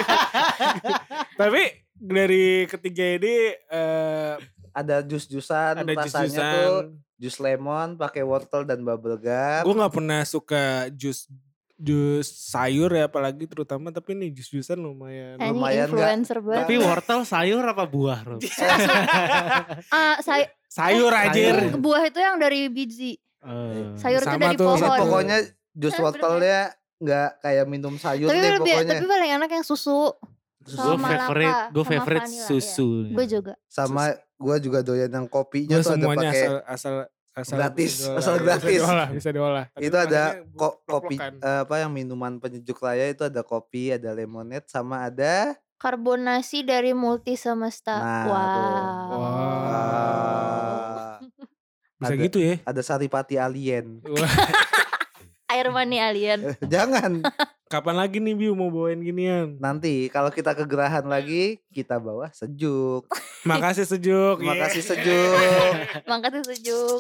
Speaker 1: Tapi dari ketiga ini eh,
Speaker 3: Ada jus-jusan,
Speaker 1: ada
Speaker 3: rasanya
Speaker 1: jus-jusan.
Speaker 3: tuh jus lemon pakai wortel dan bubble gum.
Speaker 1: Gue gak pernah suka jus jus sayur ya apalagi terutama, tapi nih jus-jusan lumayan.
Speaker 2: Anjing
Speaker 3: Lumayan
Speaker 2: influencer banget.
Speaker 4: Tapi wortel sayur apa buah, Rob?
Speaker 2: Ah, say-
Speaker 1: Sayur anjir.
Speaker 2: Kan buah itu yang dari biji.
Speaker 4: Eh,
Speaker 2: Sayur itu
Speaker 1: Sama
Speaker 2: dari
Speaker 1: tuh,
Speaker 2: pohon.
Speaker 3: Jadi pokoknya jus
Speaker 2: Nah,
Speaker 3: wortelnya nggak kayak minum sayur
Speaker 2: Tapi
Speaker 3: deh
Speaker 2: lebih,
Speaker 3: pokoknya.
Speaker 2: tapi paling enak yang susu.
Speaker 4: gue
Speaker 2: Sama
Speaker 4: favorite,
Speaker 2: malaka,
Speaker 4: gue
Speaker 2: sama
Speaker 4: favorite
Speaker 2: vanilla,
Speaker 4: susu.
Speaker 2: Gue juga.
Speaker 3: Sama gue juga doyan yang kopinya
Speaker 1: Gue
Speaker 3: tuh ada
Speaker 1: semuanya
Speaker 3: pakai
Speaker 1: asal asal asal
Speaker 3: Gratis,
Speaker 1: bisa diolah.
Speaker 3: asal
Speaker 1: Bisa
Speaker 3: gratis.
Speaker 1: diolah, bisa diolah. Tapi
Speaker 3: itu ada
Speaker 1: makanya
Speaker 3: ko- kopi
Speaker 1: plok-plokan.
Speaker 3: eh, apa yang minuman penyejuk raya itu ada kopi, ada lemonade sama ada
Speaker 2: Karbonasi dari multi semesta.
Speaker 3: Nah,
Speaker 2: wow.
Speaker 3: tuh.
Speaker 1: Wow.
Speaker 3: ah,
Speaker 1: Bisa
Speaker 3: ada-
Speaker 1: gitu ya.
Speaker 3: ada saripati alien.
Speaker 1: Wah,
Speaker 2: Air mani alien.
Speaker 3: Eh, Jangan
Speaker 1: kapan lagi nih Biu mau bawain ginian?
Speaker 3: nanti kalau kita kegerahan lagi kita bawa sejuk.
Speaker 1: Makasih sejuk.
Speaker 3: Terima
Speaker 1: Iya.
Speaker 3: kasih sejuk.
Speaker 2: Makasih sejuk.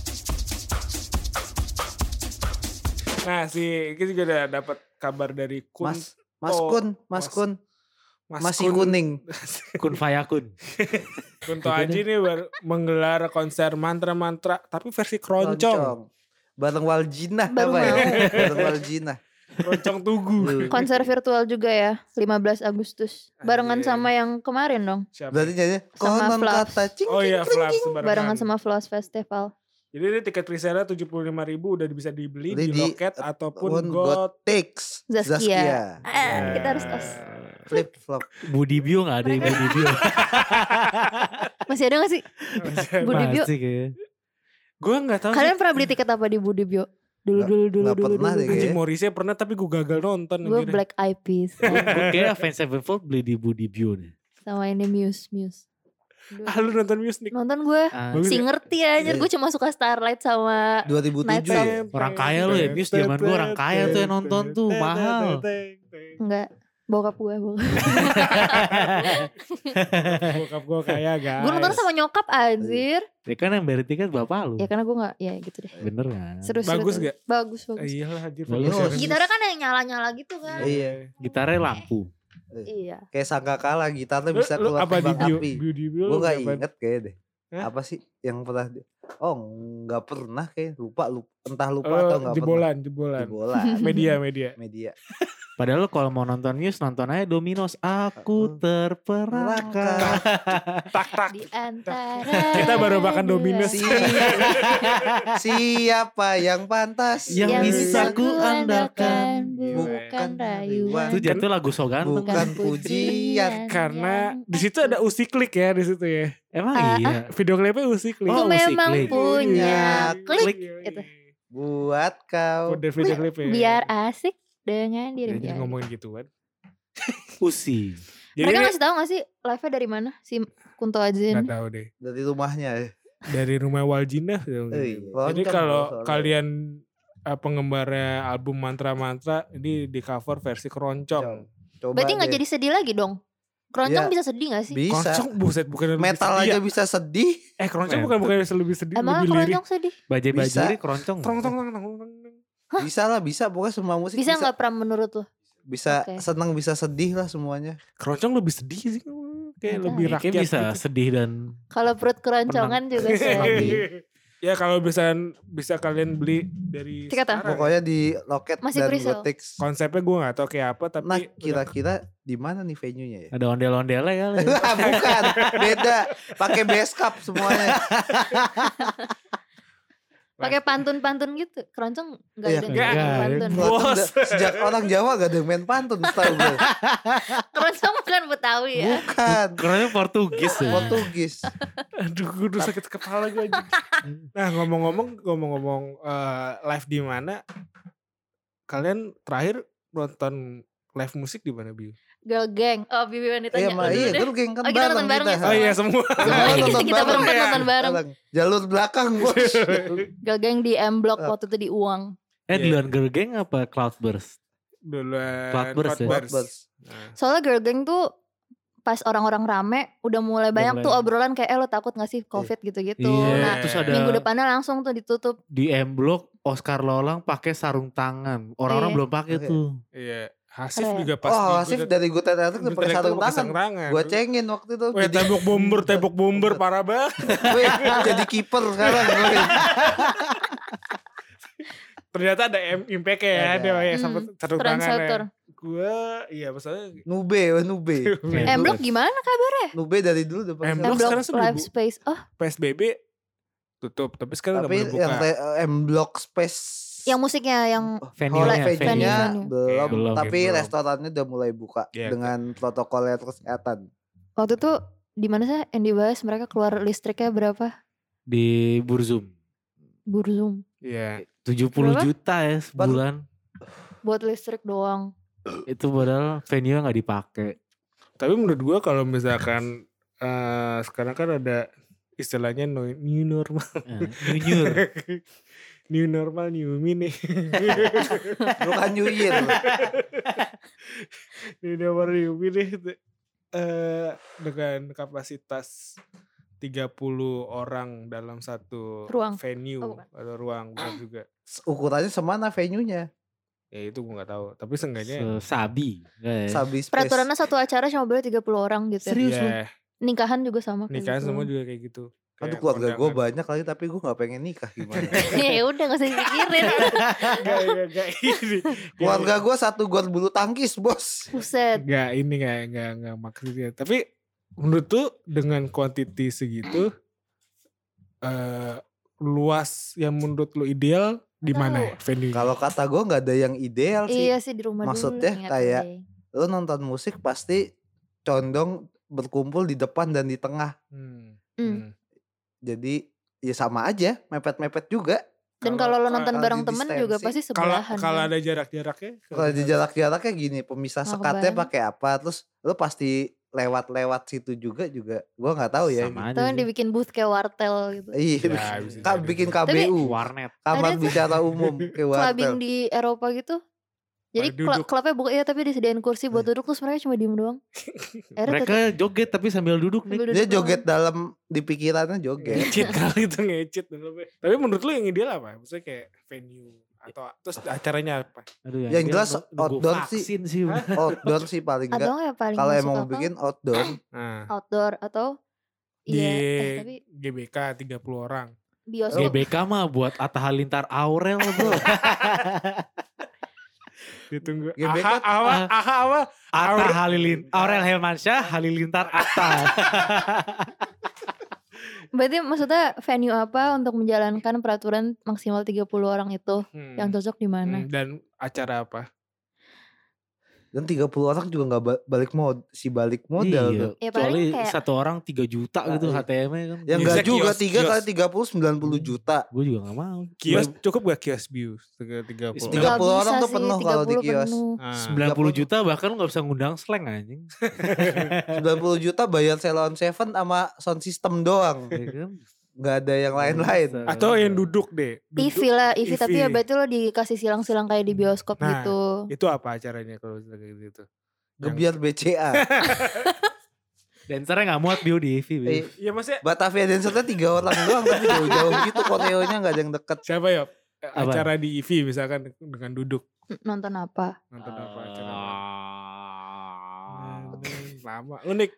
Speaker 1: Nah si kita juga udah dapat kabar dari Kun.
Speaker 3: Mas Mas
Speaker 1: Oh,
Speaker 3: Kun, Mas
Speaker 1: Mas-
Speaker 3: Kun
Speaker 1: Mas
Speaker 3: masih
Speaker 1: Kun-
Speaker 3: kuning.
Speaker 4: Kun fayakun.
Speaker 1: Kunto Aji nih baru menggelar konser mantra-mantra tapi versi keroncong.
Speaker 3: Bareng Waljina
Speaker 2: Baru
Speaker 3: apa ya?
Speaker 2: mau.
Speaker 3: Bareng Waljina.
Speaker 1: Keroncong tugu.
Speaker 3: Tuh.
Speaker 2: Konser virtual juga ya. lima belas Agustus. Barengan
Speaker 1: Anjir.
Speaker 2: sama yang kemarin dong.
Speaker 1: Siapa?
Speaker 3: Berarti jadi
Speaker 2: Sama
Speaker 3: konon
Speaker 2: Flaps.
Speaker 3: kata cing.
Speaker 1: Oh iya Flaps sebarengan.
Speaker 2: Barengan sama Flows Festival.
Speaker 1: Jadi ini tiket presale tujuh puluh lima ribu udah bisa dibeli
Speaker 3: Beli
Speaker 1: di
Speaker 3: di
Speaker 1: loket ataupun
Speaker 3: Pun
Speaker 1: God.
Speaker 3: Tix
Speaker 2: Zaskia. Ah, kita harus tos.
Speaker 3: Flip flop.
Speaker 4: Budi Bio gak ada yang Budi Bio.
Speaker 2: Masih ada gak sih? Budi Bio.
Speaker 4: Masih kayaknya.
Speaker 1: Gue gak tahu
Speaker 2: Kalian
Speaker 1: sih.
Speaker 2: pernah beli tiket apa di Budi Bio? Dulu
Speaker 3: Nggak-
Speaker 2: dulu dulu
Speaker 3: nggak
Speaker 2: dulu.
Speaker 3: pernah
Speaker 2: dulu.
Speaker 3: deh.
Speaker 1: Anjing
Speaker 3: ya.
Speaker 1: Morrissey pernah tapi gue gagal nonton.
Speaker 2: Gue
Speaker 1: anjir.
Speaker 2: Black Eyed Peas.
Speaker 4: Gue kayak Avenged Sevenfold beli di Budi Bio nih.
Speaker 2: Sama ini Muse Muse. Dua.
Speaker 1: Ah lu nonton Muse nih.
Speaker 2: Nonton gue.
Speaker 4: Ah,
Speaker 1: Bagus
Speaker 2: Si
Speaker 1: ya?
Speaker 2: ngerti anjir.
Speaker 3: Iya.
Speaker 2: Gue cuma suka Starlight sama
Speaker 3: dua ribu tujuh
Speaker 2: Night
Speaker 3: ya.
Speaker 4: Orang kaya lu ya, Muse zaman gua orang kaya tuh yang nonton tuh, mahal.
Speaker 2: enggak. Bokap gue. Bokap.
Speaker 1: Bokap gue kaya guys.
Speaker 2: Gue nonton sama nyokap anjir.
Speaker 4: Ya kan yang bayar tiket bapak lu.
Speaker 2: Ya karena gue gak. Ya gitu deh.
Speaker 4: Bener kan?
Speaker 2: Seru seru.
Speaker 1: Bagus
Speaker 2: seru.
Speaker 1: gak?
Speaker 2: Bagus
Speaker 1: Eh,
Speaker 2: bagus.
Speaker 1: iyalah anjir.
Speaker 4: Bagus
Speaker 1: bagus.
Speaker 3: ya.
Speaker 2: Gitarnya kan yang nyala-nyala gitu kan.
Speaker 3: Iya.
Speaker 4: Gitarnya lampu.
Speaker 2: Iya.
Speaker 3: Kayak sangkakala gitarnya
Speaker 1: Lu,
Speaker 3: bisa
Speaker 1: lu
Speaker 3: keluar
Speaker 1: apa di
Speaker 3: kembang
Speaker 1: bio,
Speaker 3: api.
Speaker 1: bio di bio
Speaker 3: Gue
Speaker 1: lu
Speaker 3: nggak
Speaker 1: apa?
Speaker 3: inget kayak deh.
Speaker 1: Hah?
Speaker 3: Apa sih yang pernah? di- Oh nggak pernah kayak lupa lupa entah lupa
Speaker 1: Oh,
Speaker 3: atau nggak pernah.
Speaker 1: jebolan, jebolan.
Speaker 3: Jebolan.
Speaker 1: Media, media.
Speaker 3: Media.
Speaker 4: Padahal kalau mau nonton news nonton aja Dominos. Aku terperangkap.
Speaker 1: Tak tak.
Speaker 2: Di antara
Speaker 1: Kita baru makan
Speaker 2: dua.
Speaker 1: Domino's.
Speaker 3: Si, siapa yang pantas
Speaker 4: Yang bisa ku
Speaker 2: andalkan
Speaker 3: Bukan
Speaker 2: bukan rayuan.
Speaker 4: Itu jatuh lagu so ganteng.
Speaker 3: Bukan pujian.
Speaker 1: Karena
Speaker 2: yang
Speaker 1: di situ ada
Speaker 2: aku-
Speaker 1: usi klik ya di situ ya.
Speaker 4: Emang
Speaker 2: Ah,
Speaker 4: iya.
Speaker 1: Video klipnya usi klik.
Speaker 2: Ku
Speaker 4: Oh,
Speaker 2: memang
Speaker 4: musik klik.
Speaker 2: punya klik
Speaker 1: Iya, iya.
Speaker 2: gitu.
Speaker 3: buat kau.
Speaker 1: Kode video klipnya.
Speaker 2: Biar asik dengan
Speaker 1: Ya,
Speaker 2: diri.
Speaker 1: jadi
Speaker 2: Ya.
Speaker 1: ngomongin gitu kan.
Speaker 4: Pusing.
Speaker 1: Jadi
Speaker 2: Mereka
Speaker 1: ini
Speaker 2: ngasih tahu gak sih live-nya dari mana si Kunto Azin?
Speaker 1: nggak tahu deh.
Speaker 3: Dari rumahnya ya.
Speaker 1: Dari rumah Waljina.
Speaker 3: Eh,
Speaker 1: Jadi
Speaker 3: lonceng
Speaker 1: kalau
Speaker 3: loh soalnya.
Speaker 1: kalian uh, penggemarnya album mantra-mantra ini di cover versi keroncong.
Speaker 3: Coba
Speaker 2: Berarti gak
Speaker 3: deh.
Speaker 2: jadi sedih lagi dong? Keroncong
Speaker 3: Iya.
Speaker 2: bisa sedih gak sih?
Speaker 3: Bisa.
Speaker 1: Keroncong buset bukan lebih
Speaker 3: Metal
Speaker 1: sedih
Speaker 3: aja
Speaker 1: ya?
Speaker 3: bisa sedih.
Speaker 1: Eh keroncong
Speaker 4: Eh.
Speaker 1: bukan bukan lebih sedih,
Speaker 2: Emang
Speaker 1: lebih lirik.
Speaker 2: keroncong sedih?
Speaker 4: Bajai
Speaker 3: Bisa.
Speaker 4: bajuri keroncong.
Speaker 1: Trong trong trong trong trong.
Speaker 3: Bisa lah, bisa. Pokoknya semua musik
Speaker 2: Bisa
Speaker 3: bisa.
Speaker 2: gak Pram menurut lo?
Speaker 3: Bisa
Speaker 2: Oke.
Speaker 3: senang, bisa sedih lah semuanya.
Speaker 1: Keroncong lebih sedih sih. Kayak
Speaker 2: Nggak
Speaker 1: lebih
Speaker 2: tahu.
Speaker 1: rakyat
Speaker 4: Kayak bisa
Speaker 1: gitu.
Speaker 4: sedih dan
Speaker 2: Kalau perut keroncongan juga sedih.
Speaker 1: Ya kalau bisa bisa kalian beli dari
Speaker 2: Tiket ah?
Speaker 1: sekarang.
Speaker 3: Pokoknya di Loket
Speaker 2: Masih
Speaker 3: dan
Speaker 2: pre-sale.
Speaker 3: Gotix.
Speaker 1: Konsepnya gue gak tahu kayak apa tapi
Speaker 3: Nah
Speaker 1: udah-
Speaker 3: kira-kira di mana nih venue-nya ya?
Speaker 4: ada ondel-ondelnya kali.
Speaker 3: Bukan, beda. Pakai base cup semuanya.
Speaker 2: Pakai pantun-pantun gitu. Keroncong gak
Speaker 3: Iya,
Speaker 2: ada
Speaker 1: enggak.
Speaker 2: yang pantun.
Speaker 1: Bos.
Speaker 3: Keroncong da- Sejak orang Jawa gak ada yang main pantun, tahu gue.
Speaker 2: Keroncong bukan Betawi ya.
Speaker 3: Bukan.
Speaker 4: Kerennya Portugis ya.
Speaker 3: Portugis.
Speaker 1: Aduh, gue udah sakit kepala gue aja. Nah, ngomong-ngomong, ngomong-ngomong eh, live di mana? Kalian terakhir nonton live musik di mana, Biu?
Speaker 2: Girl Gang. Oh Bibi wanita.
Speaker 3: Iya, mah iya,
Speaker 2: deh.
Speaker 3: girl gang kan
Speaker 2: Oh, kita nonton
Speaker 3: bareng
Speaker 2: bareng
Speaker 3: kita.
Speaker 2: ya,
Speaker 1: Oh iya, semua.
Speaker 3: Semua
Speaker 2: Kita-
Speaker 3: nonton
Speaker 2: kita
Speaker 3: bareng.
Speaker 2: berempat
Speaker 1: ya.
Speaker 2: nonton bareng.
Speaker 3: Jalur belakang, Bos.
Speaker 2: Girl Gang di M Block waktu itu di Uang.
Speaker 4: Eh
Speaker 1: Iya.
Speaker 4: duluan Girl Gang apa Cloudburst?
Speaker 1: Duluan
Speaker 4: Cloudburst ya?
Speaker 3: Cloudburst.
Speaker 1: Nah,
Speaker 2: Soalnya Girl Gang tuh pas orang-orang rame udah mulai banyak
Speaker 4: mulai.
Speaker 2: tuh obrolan kayak eh lo takut gak sih covid gitu-gitu.
Speaker 4: Iya.
Speaker 2: Nah
Speaker 4: Terus ada
Speaker 2: minggu depannya langsung tuh ditutup.
Speaker 4: di M Block Oscar Lolang pakai sarung tangan. Orang-orang
Speaker 2: Iya.
Speaker 4: belum pakai
Speaker 3: Oke.
Speaker 4: tuh.
Speaker 1: iya. Hasif
Speaker 2: Keren.
Speaker 1: juga pas
Speaker 3: Oh,
Speaker 1: di-
Speaker 3: Hasif
Speaker 1: gua-
Speaker 3: dari Good Electric
Speaker 1: gua
Speaker 3: udah pakai
Speaker 1: tadi
Speaker 3: sarung
Speaker 1: pakai
Speaker 3: tangan.
Speaker 1: tangan.
Speaker 3: Gue cengin waktu itu.
Speaker 1: Weh,
Speaker 3: Jadi,
Speaker 1: tembok bomber, tembok bomber parah banget.
Speaker 3: Weh, jadi kiper sekarang. Weh.
Speaker 1: Ternyata ada M- impact ya,
Speaker 3: Ada.
Speaker 1: ada ya
Speaker 2: Hmm,
Speaker 1: sampai sarung
Speaker 2: Trendsetter.
Speaker 1: tangan. Gue, iya maksudnya
Speaker 3: Nube, weh, Nube.
Speaker 4: Kayak
Speaker 2: M
Speaker 4: dulu.
Speaker 2: Block gimana kabarnya?
Speaker 3: Nube dari dulu udah pakai
Speaker 1: M
Speaker 2: M
Speaker 1: Block
Speaker 3: sarung
Speaker 2: Block
Speaker 1: sekarang seminggu.
Speaker 2: Live Space. Oh
Speaker 1: P S B B tutup, tapi sekarang udah
Speaker 3: Tapi
Speaker 1: mulai buka.
Speaker 3: yang te- M Block Space
Speaker 2: yang musiknya yang
Speaker 4: Venue-nya,
Speaker 3: Hall venue-nya
Speaker 2: venue-nya.
Speaker 3: belum,
Speaker 4: Belum,
Speaker 3: tapi
Speaker 1: belum.
Speaker 3: restorannya udah mulai buka
Speaker 1: Iya,
Speaker 3: dengan protokolnya kesehatan.
Speaker 2: waktu itu di mana sih yang dibahas mereka keluar listriknya berapa?
Speaker 4: di Burzum.
Speaker 2: Burzum.
Speaker 1: Iya.
Speaker 4: tujuh puluh
Speaker 2: Berapa?
Speaker 4: juta ya sebulan.
Speaker 2: Buat listrik doang.
Speaker 4: Itu padahal venue nggak dipakai.
Speaker 1: Tapi menurut gue kalau misalkan eh, sekarang kan ada istilahnya no- new normal.
Speaker 4: Eh, Junior.
Speaker 1: New normal, new me nih.
Speaker 3: Bukan New Year.
Speaker 1: New normal, new me nih. Eh, dengan kapasitas tiga puluh orang dalam satu
Speaker 2: Ruang.
Speaker 1: venue
Speaker 2: Oh, bukan.
Speaker 1: atau ruang benar juga.
Speaker 3: Ukurannya semana venue-nya?
Speaker 1: Ya itu gue gak tahu. Tapi seenggaknya
Speaker 4: Sabi. Nggak ya?
Speaker 3: Sabi Space.
Speaker 2: Peraturannya satu acara cuma boleh tiga puluh orang gitu. ya.
Speaker 4: Serius lu?
Speaker 1: ya,
Speaker 2: Nikahan juga sama kayak
Speaker 1: nikahan
Speaker 2: gitu.
Speaker 1: semua juga kayak gitu.
Speaker 3: Aduh
Speaker 1: Kayak
Speaker 3: keluarga gue
Speaker 1: kondangan.
Speaker 3: banyak lagi tapi gue gak pengen nikah gimana.
Speaker 2: ya udah gak usah dipikirin.
Speaker 1: Gak, gak, gak ini.
Speaker 3: Keluarga gue satu gor bulu tangkis bos.
Speaker 2: Buset.
Speaker 1: Gak ini gak, gak, gak maksudnya. Tapi menurut tuh dengan kuantiti segitu eh luas yang menurut lu ideal di mana ya venue?
Speaker 3: Kalau kata gue gak ada yang ideal sih.
Speaker 2: Iya sih di rumah
Speaker 3: Maksudnya
Speaker 2: dulu. ingat
Speaker 3: kayak
Speaker 2: aja.
Speaker 3: Lo nonton musik pasti condong berkumpul di depan dan di tengah.
Speaker 1: Hmm.
Speaker 2: Hmm.
Speaker 1: Hmm.
Speaker 3: Jadi ya sama aja, mepet-mepet juga.
Speaker 2: Dan
Speaker 1: Kalau-
Speaker 2: kalau lo nonton
Speaker 3: kalau
Speaker 2: bareng
Speaker 3: di
Speaker 2: temen
Speaker 3: distancing,
Speaker 2: juga pasti
Speaker 1: Kalau
Speaker 2: sebelahan.
Speaker 1: kalau
Speaker 2: kan.
Speaker 1: ada jarak-jaraknya.
Speaker 3: Kalau di jarak-jaraknya gini, pemisah
Speaker 2: Nggak
Speaker 3: sekatnya
Speaker 2: kebayang.
Speaker 3: pakai apa? Terus lo pasti lewat-lewat situ juga juga. Gua nggak tahu ya.
Speaker 4: Sama
Speaker 2: Atau
Speaker 4: aja
Speaker 2: yang
Speaker 4: sih.
Speaker 2: dibikin booth kayak wartel gitu.
Speaker 3: Iya,
Speaker 1: Ya, bisa
Speaker 3: Ka-
Speaker 1: jadi.
Speaker 3: bikin
Speaker 2: Tapi-
Speaker 3: K B U,
Speaker 4: Warnet.
Speaker 3: kamar
Speaker 2: Ada tuh
Speaker 3: bicara umum kayak
Speaker 2: Clubbing
Speaker 3: wartel.
Speaker 2: di Eropa gitu. Jadi
Speaker 1: Pada
Speaker 2: klub
Speaker 1: duduk.
Speaker 2: klubnya buka ya tapi disediain kursi buat duduk terus mereka cuma diem doang. Akhirnya
Speaker 4: Mereka
Speaker 2: tetep
Speaker 4: joget tapi sambil duduk nih.
Speaker 2: sambil
Speaker 3: Dia
Speaker 2: duduk
Speaker 3: joget
Speaker 2: doang.
Speaker 3: dalam di pikirannya joget.
Speaker 1: Ngecit kali itu ngecit. Tapi menurut lu yang ideal apa? Maksudnya kayak venue atau terus acaranya apa?
Speaker 4: Aduh,
Speaker 3: Yang
Speaker 4: dia
Speaker 3: jelas
Speaker 4: nunggu
Speaker 3: outdoor sih.
Speaker 4: vaksin sih.
Speaker 3: Outdoor sih paling
Speaker 2: Atau
Speaker 3: enggak.
Speaker 2: nggak yang paling
Speaker 3: Kalau
Speaker 2: masuk
Speaker 3: emang mau
Speaker 2: akal,
Speaker 3: bikin outdoor,
Speaker 1: Nah,
Speaker 2: outdoor atau
Speaker 1: di
Speaker 2: iya eh, tapi
Speaker 1: G B K tiga puluh orang.
Speaker 2: bioskop.
Speaker 4: G B K mah buat Atta Halilintar Aurel bro.
Speaker 1: Ditunggu.
Speaker 3: G B K
Speaker 1: Aha, apa? Aha apa?
Speaker 4: Atta
Speaker 1: Aurel-
Speaker 4: Halilintar Aurel Helmansyah Halilintar Atta.
Speaker 2: Berarti maksudnya venue apa untuk menjalankan peraturan maksimal tiga puluh orang itu
Speaker 1: Hmm.
Speaker 2: yang cocok di mana?
Speaker 1: Hmm, dan acara apa?
Speaker 3: dan tiga puluh orang juga gak ba- balik mod, si balik modal
Speaker 4: Iya.
Speaker 3: tuh.
Speaker 2: Ya paling
Speaker 4: Kecuali
Speaker 2: kayak
Speaker 4: satu orang tiga juta
Speaker 3: Ah,
Speaker 4: gitu
Speaker 3: iya.
Speaker 4: H T M-nya kan.
Speaker 3: Ya
Speaker 1: Bisa
Speaker 3: enggak juga,
Speaker 1: kios,
Speaker 3: tiga
Speaker 1: kios.
Speaker 3: kali tiga puluh sembilan puluh juta.
Speaker 4: Gue juga gak mau.
Speaker 1: Kios cukup gak kios views? tiga puluh.
Speaker 3: Tiga
Speaker 2: nggak
Speaker 3: puluh
Speaker 2: bisa
Speaker 3: orang tuh
Speaker 2: sih,
Speaker 3: penuh
Speaker 2: tiga
Speaker 3: kalau di
Speaker 2: puluh
Speaker 3: kios.
Speaker 2: penuh.
Speaker 1: Nah,
Speaker 4: sembilan puluh juta bahkan lu gak bisa ngundang slang anjing.
Speaker 3: sembilan puluh juta bayar Ceylon Seven sama sound system doang.
Speaker 4: Ya kan?
Speaker 3: Gak ada yang lain-lain.
Speaker 4: Bisa.
Speaker 1: atau yang duduk deh.
Speaker 2: T V
Speaker 1: Duduk.
Speaker 2: lah, T V
Speaker 1: T V.
Speaker 2: tapi ya berarti lo dikasih silang-silang kayak di bioskop
Speaker 1: Nah,
Speaker 2: gitu.
Speaker 1: Itu apa acaranya kalau kayak gitu? Yang-
Speaker 3: Gebiar B C A.
Speaker 4: Dancernya gak muat bio di E V. Bio.
Speaker 3: Eh,
Speaker 1: Iya maksudnya
Speaker 3: Batavia Dancernya tiga orang doang tapi jauh-jauh gitu koreonya gak ada yang deket.
Speaker 1: siapa ya?
Speaker 4: Apa?
Speaker 1: Acara di E V misalkan dengan duduk
Speaker 2: Nonton apa?
Speaker 1: nonton apa acara apa?
Speaker 4: Ah.
Speaker 1: Hmm, lama unik.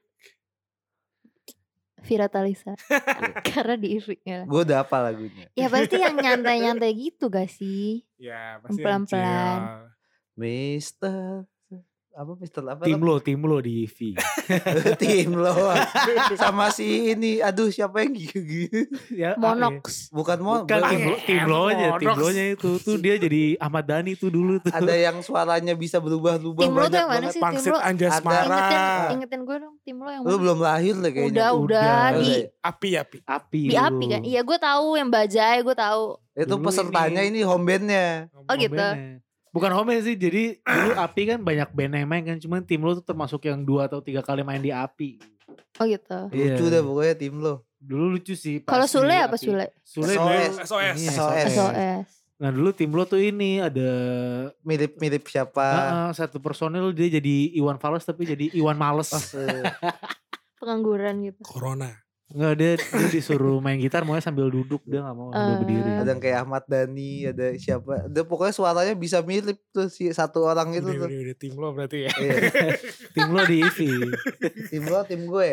Speaker 2: Vira Talisa. Karena di E V ya.
Speaker 3: Gue udah apa lagunya.
Speaker 2: Ya pasti yang nyantai-nyantai gitu gak sih?
Speaker 1: Ya pasti
Speaker 2: Pelan-pelan.
Speaker 1: yang chill.
Speaker 3: Mister apa Mister apa?
Speaker 4: Tim lo, tim lo di E V.
Speaker 3: Tim lo. Sama si ini, aduh siapa yang gitu?
Speaker 4: Ya,
Speaker 2: Monox.
Speaker 3: Bukan mau
Speaker 4: Bukan tim lo, tim lo nya, tim
Speaker 1: Monox.
Speaker 4: lo nya itu tuh dia jadi Ahmad Dhani tuh dulu tuh.
Speaker 3: ada yang suaranya bisa berubah-ubah
Speaker 2: Tim lo tuh
Speaker 3: banyak
Speaker 2: yang mana
Speaker 3: banget.
Speaker 2: sih? Tim
Speaker 1: Pangsit
Speaker 2: lo
Speaker 1: Anjas
Speaker 3: Ada.
Speaker 2: ingetin,
Speaker 1: Mara.
Speaker 2: ingetin gue dong. Tim lo yang
Speaker 3: Lu
Speaker 2: mana?
Speaker 3: belum lahir lah kayaknya.
Speaker 2: Udah, udah,
Speaker 4: Udah.
Speaker 2: di
Speaker 1: Api api.
Speaker 4: Api.
Speaker 2: di api kan? Iya gue tahu yang Bajai gue tahu.
Speaker 3: Itu
Speaker 4: Dulu
Speaker 3: pesertanya
Speaker 4: ini-
Speaker 3: ini home bandnya.
Speaker 2: Oh gitu.
Speaker 4: Bandnya. Bukan home sih, jadi dulu Api kan banyak band yang main kan, cuman tim lo tuh termasuk yang dua atau tiga kali main di Api.
Speaker 2: Oh gitu.
Speaker 3: Lucu
Speaker 4: Iya.
Speaker 3: dah pokoknya tim lo.
Speaker 4: Dulu lucu sih. pas
Speaker 2: Kalau
Speaker 4: di
Speaker 2: Sule apa
Speaker 4: Api.
Speaker 2: Sule?
Speaker 4: Sule
Speaker 3: S O S.
Speaker 4: dulu
Speaker 1: S O S.
Speaker 4: ini
Speaker 3: S O S.
Speaker 2: S O S.
Speaker 4: Nah dulu tim lo tuh ini ada
Speaker 3: Mirip-mirip siapa?
Speaker 4: ah, satu personil dia jadi Iwan Fals tapi jadi Iwan Males.
Speaker 3: Eh,
Speaker 2: Pengangguran gitu.
Speaker 1: Corona.
Speaker 4: Enggak, dia, dia disuruh main gitar maunya sambil duduk, dia gak mau sambil
Speaker 2: Eh.
Speaker 4: berdiri.
Speaker 3: ada yang kayak Ahmad Dhani, ada siapa? Ada pokoknya suaranya bisa mirip tuh si satu orang itu
Speaker 1: Udah,
Speaker 3: tuh.
Speaker 1: udah, udah tim lo berarti ya.
Speaker 3: Iya.
Speaker 4: Tim lo di E V.
Speaker 3: Tim lo tim gue.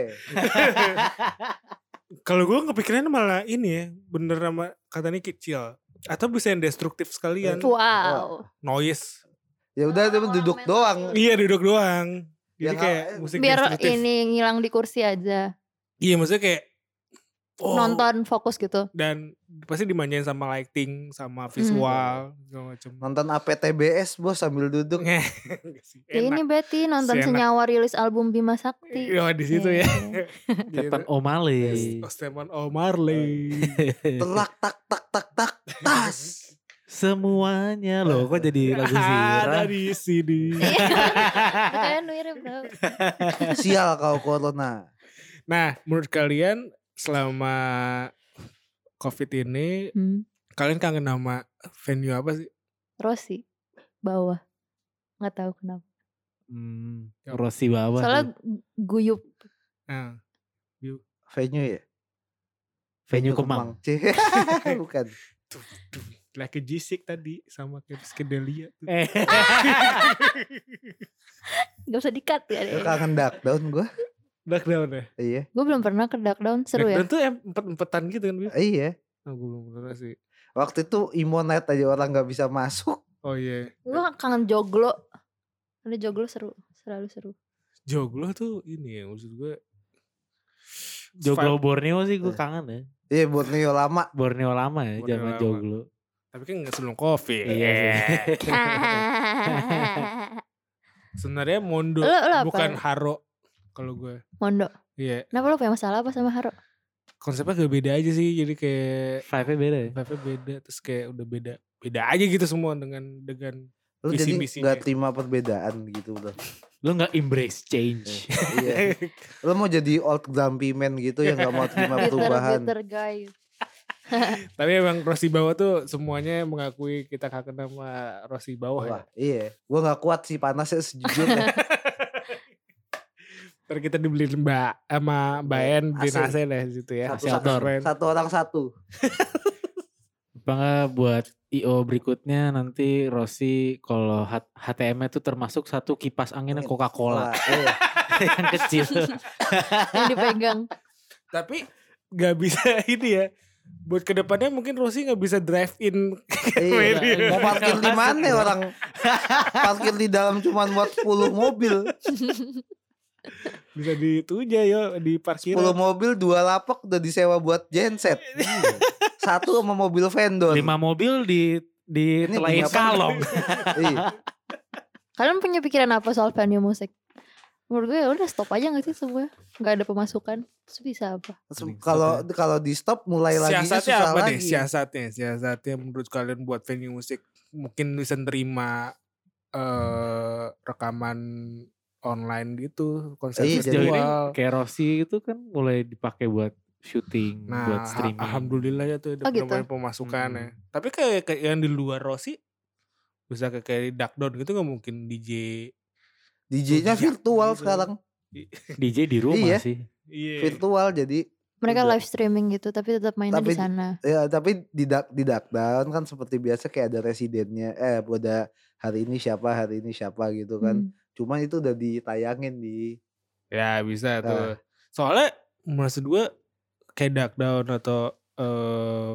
Speaker 1: Kalau gue kepikirannya malah ini ya, bener sama kata ini kecil. Atau bisa yang destruktif sekalian.
Speaker 2: Wow.
Speaker 1: Noise.
Speaker 3: Ya udah dia duduk doang.
Speaker 1: Iya duduk doang. Jadi
Speaker 3: Yang
Speaker 1: kayak
Speaker 3: nggak-
Speaker 1: musik
Speaker 2: Biar
Speaker 1: destruktif.
Speaker 2: ini ngilang di kursi aja.
Speaker 1: Iya maksudnya kayak oh,
Speaker 2: Nonton fokus gitu.
Speaker 1: dan pasti dimanjain sama lighting sama visual segala macam.
Speaker 3: Nonton A P T B S bos sambil duduk.
Speaker 1: Nggak sih,
Speaker 2: Ya ini
Speaker 1: enak.
Speaker 2: berarti nonton
Speaker 1: Seenak.
Speaker 2: senyawa rilis album Bima Sakti.
Speaker 1: Iya di situ ya.
Speaker 2: Iya.
Speaker 4: Stephen O'Malley.
Speaker 1: Oh, Stephen O'Malley.
Speaker 3: Telak tak tak tak tak tas.
Speaker 4: Semuanya loh, kok jadi lagu
Speaker 1: Ada
Speaker 4: Zira.
Speaker 1: di sini.
Speaker 2: Kalian mirip tau.
Speaker 3: Sial kau corona.
Speaker 1: Nah, menurut kalian selama COVID ini
Speaker 2: Hmm.
Speaker 1: kalian kangen sama venue apa sih?
Speaker 2: Rossi bawah. Nggak tahu kenapa.
Speaker 4: Hmm, Rossi bawah.
Speaker 2: Soalnya
Speaker 4: tuh.
Speaker 2: guyup.
Speaker 1: Nah,
Speaker 3: Venue ya?
Speaker 4: Venue Kemang.
Speaker 3: C. Bukan.
Speaker 1: tuh, tuh, like Jisik tadi sama kayak Skedelia tuh.
Speaker 4: Eh.
Speaker 2: Gak usah di-cut ya.
Speaker 3: Gue kangen Dark Down gue.
Speaker 1: Lockdown ya.
Speaker 3: Iya.
Speaker 2: Gue belum pernah ke Darkdown. Seru ya?
Speaker 1: Lockdown tuh empet-empetan gitu kan. Bi?
Speaker 3: Iya.
Speaker 1: Oh, gue belum pernah sih.
Speaker 3: Waktu itu Imo Night aja orang gak bisa masuk.
Speaker 1: Oh iya.
Speaker 2: Gue kangen joglo. Ada joglo seru. Selalu seru.
Speaker 1: Joglo tuh ini ya maksud gue.
Speaker 4: Joglo Borneo sih gue kangen ya.
Speaker 3: Iya buat Neo lama.
Speaker 4: Borneo lama ya,
Speaker 1: Borneo
Speaker 4: zaman
Speaker 1: lama.
Speaker 4: Joglo.
Speaker 1: Tapi kan gak sebelum COVID.
Speaker 4: Iya sih.
Speaker 1: Sebenarnya Mondo
Speaker 2: Lo- lo apa?
Speaker 1: bukan Haro kalau gue.
Speaker 2: Mondo.
Speaker 1: Iya.
Speaker 2: Kenapa lo punya masalah apa sama Haro?
Speaker 1: Konsepnya gak beda aja sih. Jadi kayak
Speaker 4: Vibe-nya beda ya.
Speaker 1: vibe-nya beda terus kayak udah beda. Beda aja gitu semua dengan dengan
Speaker 3: Lu jadi
Speaker 1: Visi-misinya.
Speaker 3: gak terima perbedaan gitu loh.
Speaker 4: Lo gak embrace change.
Speaker 3: Iya. Lu mau jadi old grumpy man gitu yang gak mau terima perubahan.
Speaker 2: Bitter, bitter guy.
Speaker 1: Tapi emang Rossi Bawah tuh semuanya mengakui kita kangen sama Rossi Bawah ya.
Speaker 3: Wah, iya. Gue gak kuat sih panasnya sejujurnya.
Speaker 1: Ntar kita dibeliin Mbak sama Mbak En beliin
Speaker 3: A C.
Speaker 1: A C deh situ ya.
Speaker 3: Satu,
Speaker 1: A C outdoor.
Speaker 3: satu orang satu.
Speaker 4: Apa enggak buat I O berikutnya nanti Rossi kalau H- HTM-nya itu termasuk satu kipas anginnya Coca-Cola.
Speaker 3: Iya.
Speaker 4: Yang kecil.
Speaker 2: Yang dipegang.
Speaker 1: Tapi gak bisa ini ya. Buat kedepannya mungkin Rossi gak bisa drive in.
Speaker 3: Iya. Mau parkir di mana orang parkir di dalam cuman buat sepuluh mobil.
Speaker 1: Bisa dituja yo di parkiran.
Speaker 3: sepuluh mobil, dua lapak udah disewa buat genset. Satu sama mobil vendor.
Speaker 4: Lima mobil di di
Speaker 3: Ini
Speaker 4: telain
Speaker 3: punya apa?
Speaker 4: kalong.
Speaker 3: Iya.
Speaker 2: Kalian punya pikiran apa soal venue musik? Menurut gue ya udah stop aja gak sih semua? Gak ada pemasukan. Terus bisa apa?
Speaker 3: Kalau kalau di stop mulai lagi
Speaker 1: Siasatnya
Speaker 3: susah
Speaker 1: apa
Speaker 3: lagi.
Speaker 1: deh? Siasatnya, siasatnya menurut kalian buat venue musik mungkin bisa nerima eh, rekaman online gitu, konser
Speaker 3: Iya,
Speaker 4: Sejauh ini
Speaker 1: virtual.
Speaker 4: kayak Rossi itu kan mulai dipakai buat syuting,
Speaker 1: Nah,
Speaker 4: buat
Speaker 1: ha-
Speaker 4: streaming.
Speaker 1: alhamdulillah ya tuh ada
Speaker 2: Oh, gitu.
Speaker 1: beberapa pemasukan ya.
Speaker 4: Hmm.
Speaker 1: Tapi kayak, kayak yang di luar Rossi bisa kayak kayak Duck Down gitu nggak mungkin D J.
Speaker 3: D J-nya
Speaker 1: Zodiac
Speaker 3: virtual
Speaker 1: gitu.
Speaker 3: sekarang.
Speaker 4: D J di rumah
Speaker 3: Iya.
Speaker 4: sih.
Speaker 1: Iya.
Speaker 3: Virtual jadi
Speaker 2: Mereka
Speaker 3: Udah.
Speaker 2: live streaming gitu tapi tetap mainnya
Speaker 3: Tapi
Speaker 2: di sana.
Speaker 3: ya tapi di duck, di duck down kan seperti biasa kayak ada residennya. Eh pada hari ini siapa, hari ini siapa gitu kan.
Speaker 2: Hmm.
Speaker 3: Cuman itu udah ditayangin di
Speaker 1: Ya bisa
Speaker 3: Nah.
Speaker 1: tuh. Soalnya maksud gue kayak Duck Down atau eh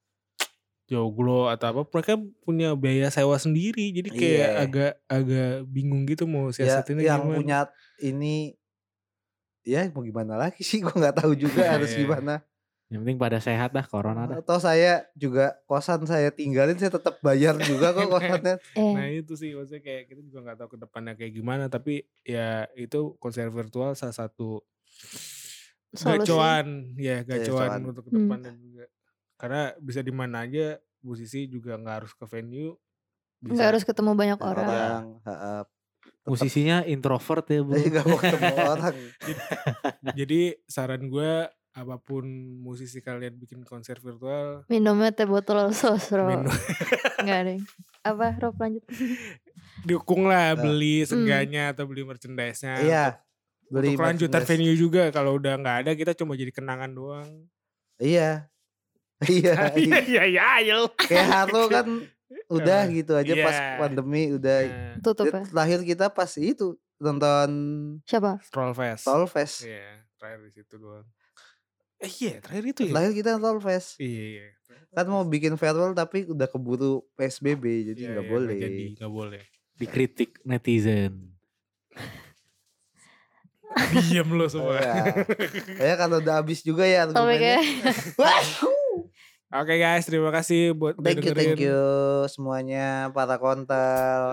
Speaker 1: Joglo atau apa mereka punya biaya sewa sendiri. Jadi kayak
Speaker 3: Iya.
Speaker 1: agak agak bingung gitu mau
Speaker 3: ya
Speaker 1: siasatinnya
Speaker 3: yang
Speaker 1: gimana.
Speaker 3: punya ini ya mau gimana lagi sih gue nggak tahu juga harus
Speaker 1: Iya.
Speaker 3: gimana.
Speaker 4: Yang penting pada sehat dah corona dah.
Speaker 3: Atau saya juga kosan saya tinggalin saya tetap bayar juga kok kosannya.
Speaker 2: Eh,
Speaker 1: Nah itu sih maksudnya kayak kita juga nggak tahu ke depannya kayak gimana. Tapi ya itu konser virtual salah satu
Speaker 2: Solusi.
Speaker 1: gacoan. Ya gacoan
Speaker 3: gacoan.
Speaker 1: untuk ke
Speaker 2: Hmm.
Speaker 1: depannya juga. Karena bisa di mana aja musisi juga nggak harus ke venue. Bisa.
Speaker 2: nggak harus ketemu banyak orang.
Speaker 3: Orang, heeh.
Speaker 4: Musisinya introvert ya bu.
Speaker 3: Saya nggak mau ketemu orang.
Speaker 1: Jadi saran gue apapun musisi kalian bikin konser virtual
Speaker 2: Minumnya teh botol sosro.
Speaker 1: minum,
Speaker 2: Nggak ada. Apa Rob lanjut?
Speaker 1: dukung lah
Speaker 3: Nah.
Speaker 1: beli
Speaker 2: Hmm.
Speaker 1: sengganya atau beli merchandise-nya.
Speaker 3: Iya.
Speaker 1: Untuk, untuk kelanjutan
Speaker 3: merchandise.
Speaker 1: venue juga kalau udah nggak ada kita cuma jadi kenangan doang.
Speaker 3: Iya. Iya.
Speaker 1: Iya iya iya ayo.
Speaker 3: Kayak Harlo kan udah
Speaker 1: Nah,
Speaker 3: gitu aja pas
Speaker 1: iya.
Speaker 3: pandemi udah.
Speaker 1: Nah,
Speaker 2: Tutup ya.
Speaker 3: Terakhir kita pas itu nonton
Speaker 2: Siapa?
Speaker 1: Strollfest.
Speaker 3: Tolfest.
Speaker 1: Iya, terakhir di situ doang. Eh iya, terakhir itu ya.
Speaker 3: Terakhir kita Tolfest.
Speaker 1: Iya iya.
Speaker 3: Kan mau bikin farewell tapi udah keburu P S B B jadi
Speaker 1: Iya,
Speaker 3: nggak
Speaker 1: iya,
Speaker 3: boleh.
Speaker 1: nggak jadi, nggak boleh.
Speaker 4: Dikritik netizen.
Speaker 1: Diam lo semua.
Speaker 3: Iya. Ya kalau udah habis juga ya
Speaker 2: Topiknya.
Speaker 3: argumennya. Wah.
Speaker 1: Oke guys, terima kasih buat udah
Speaker 3: Thank you,
Speaker 1: dengerin.
Speaker 3: thank you semuanya para kontel.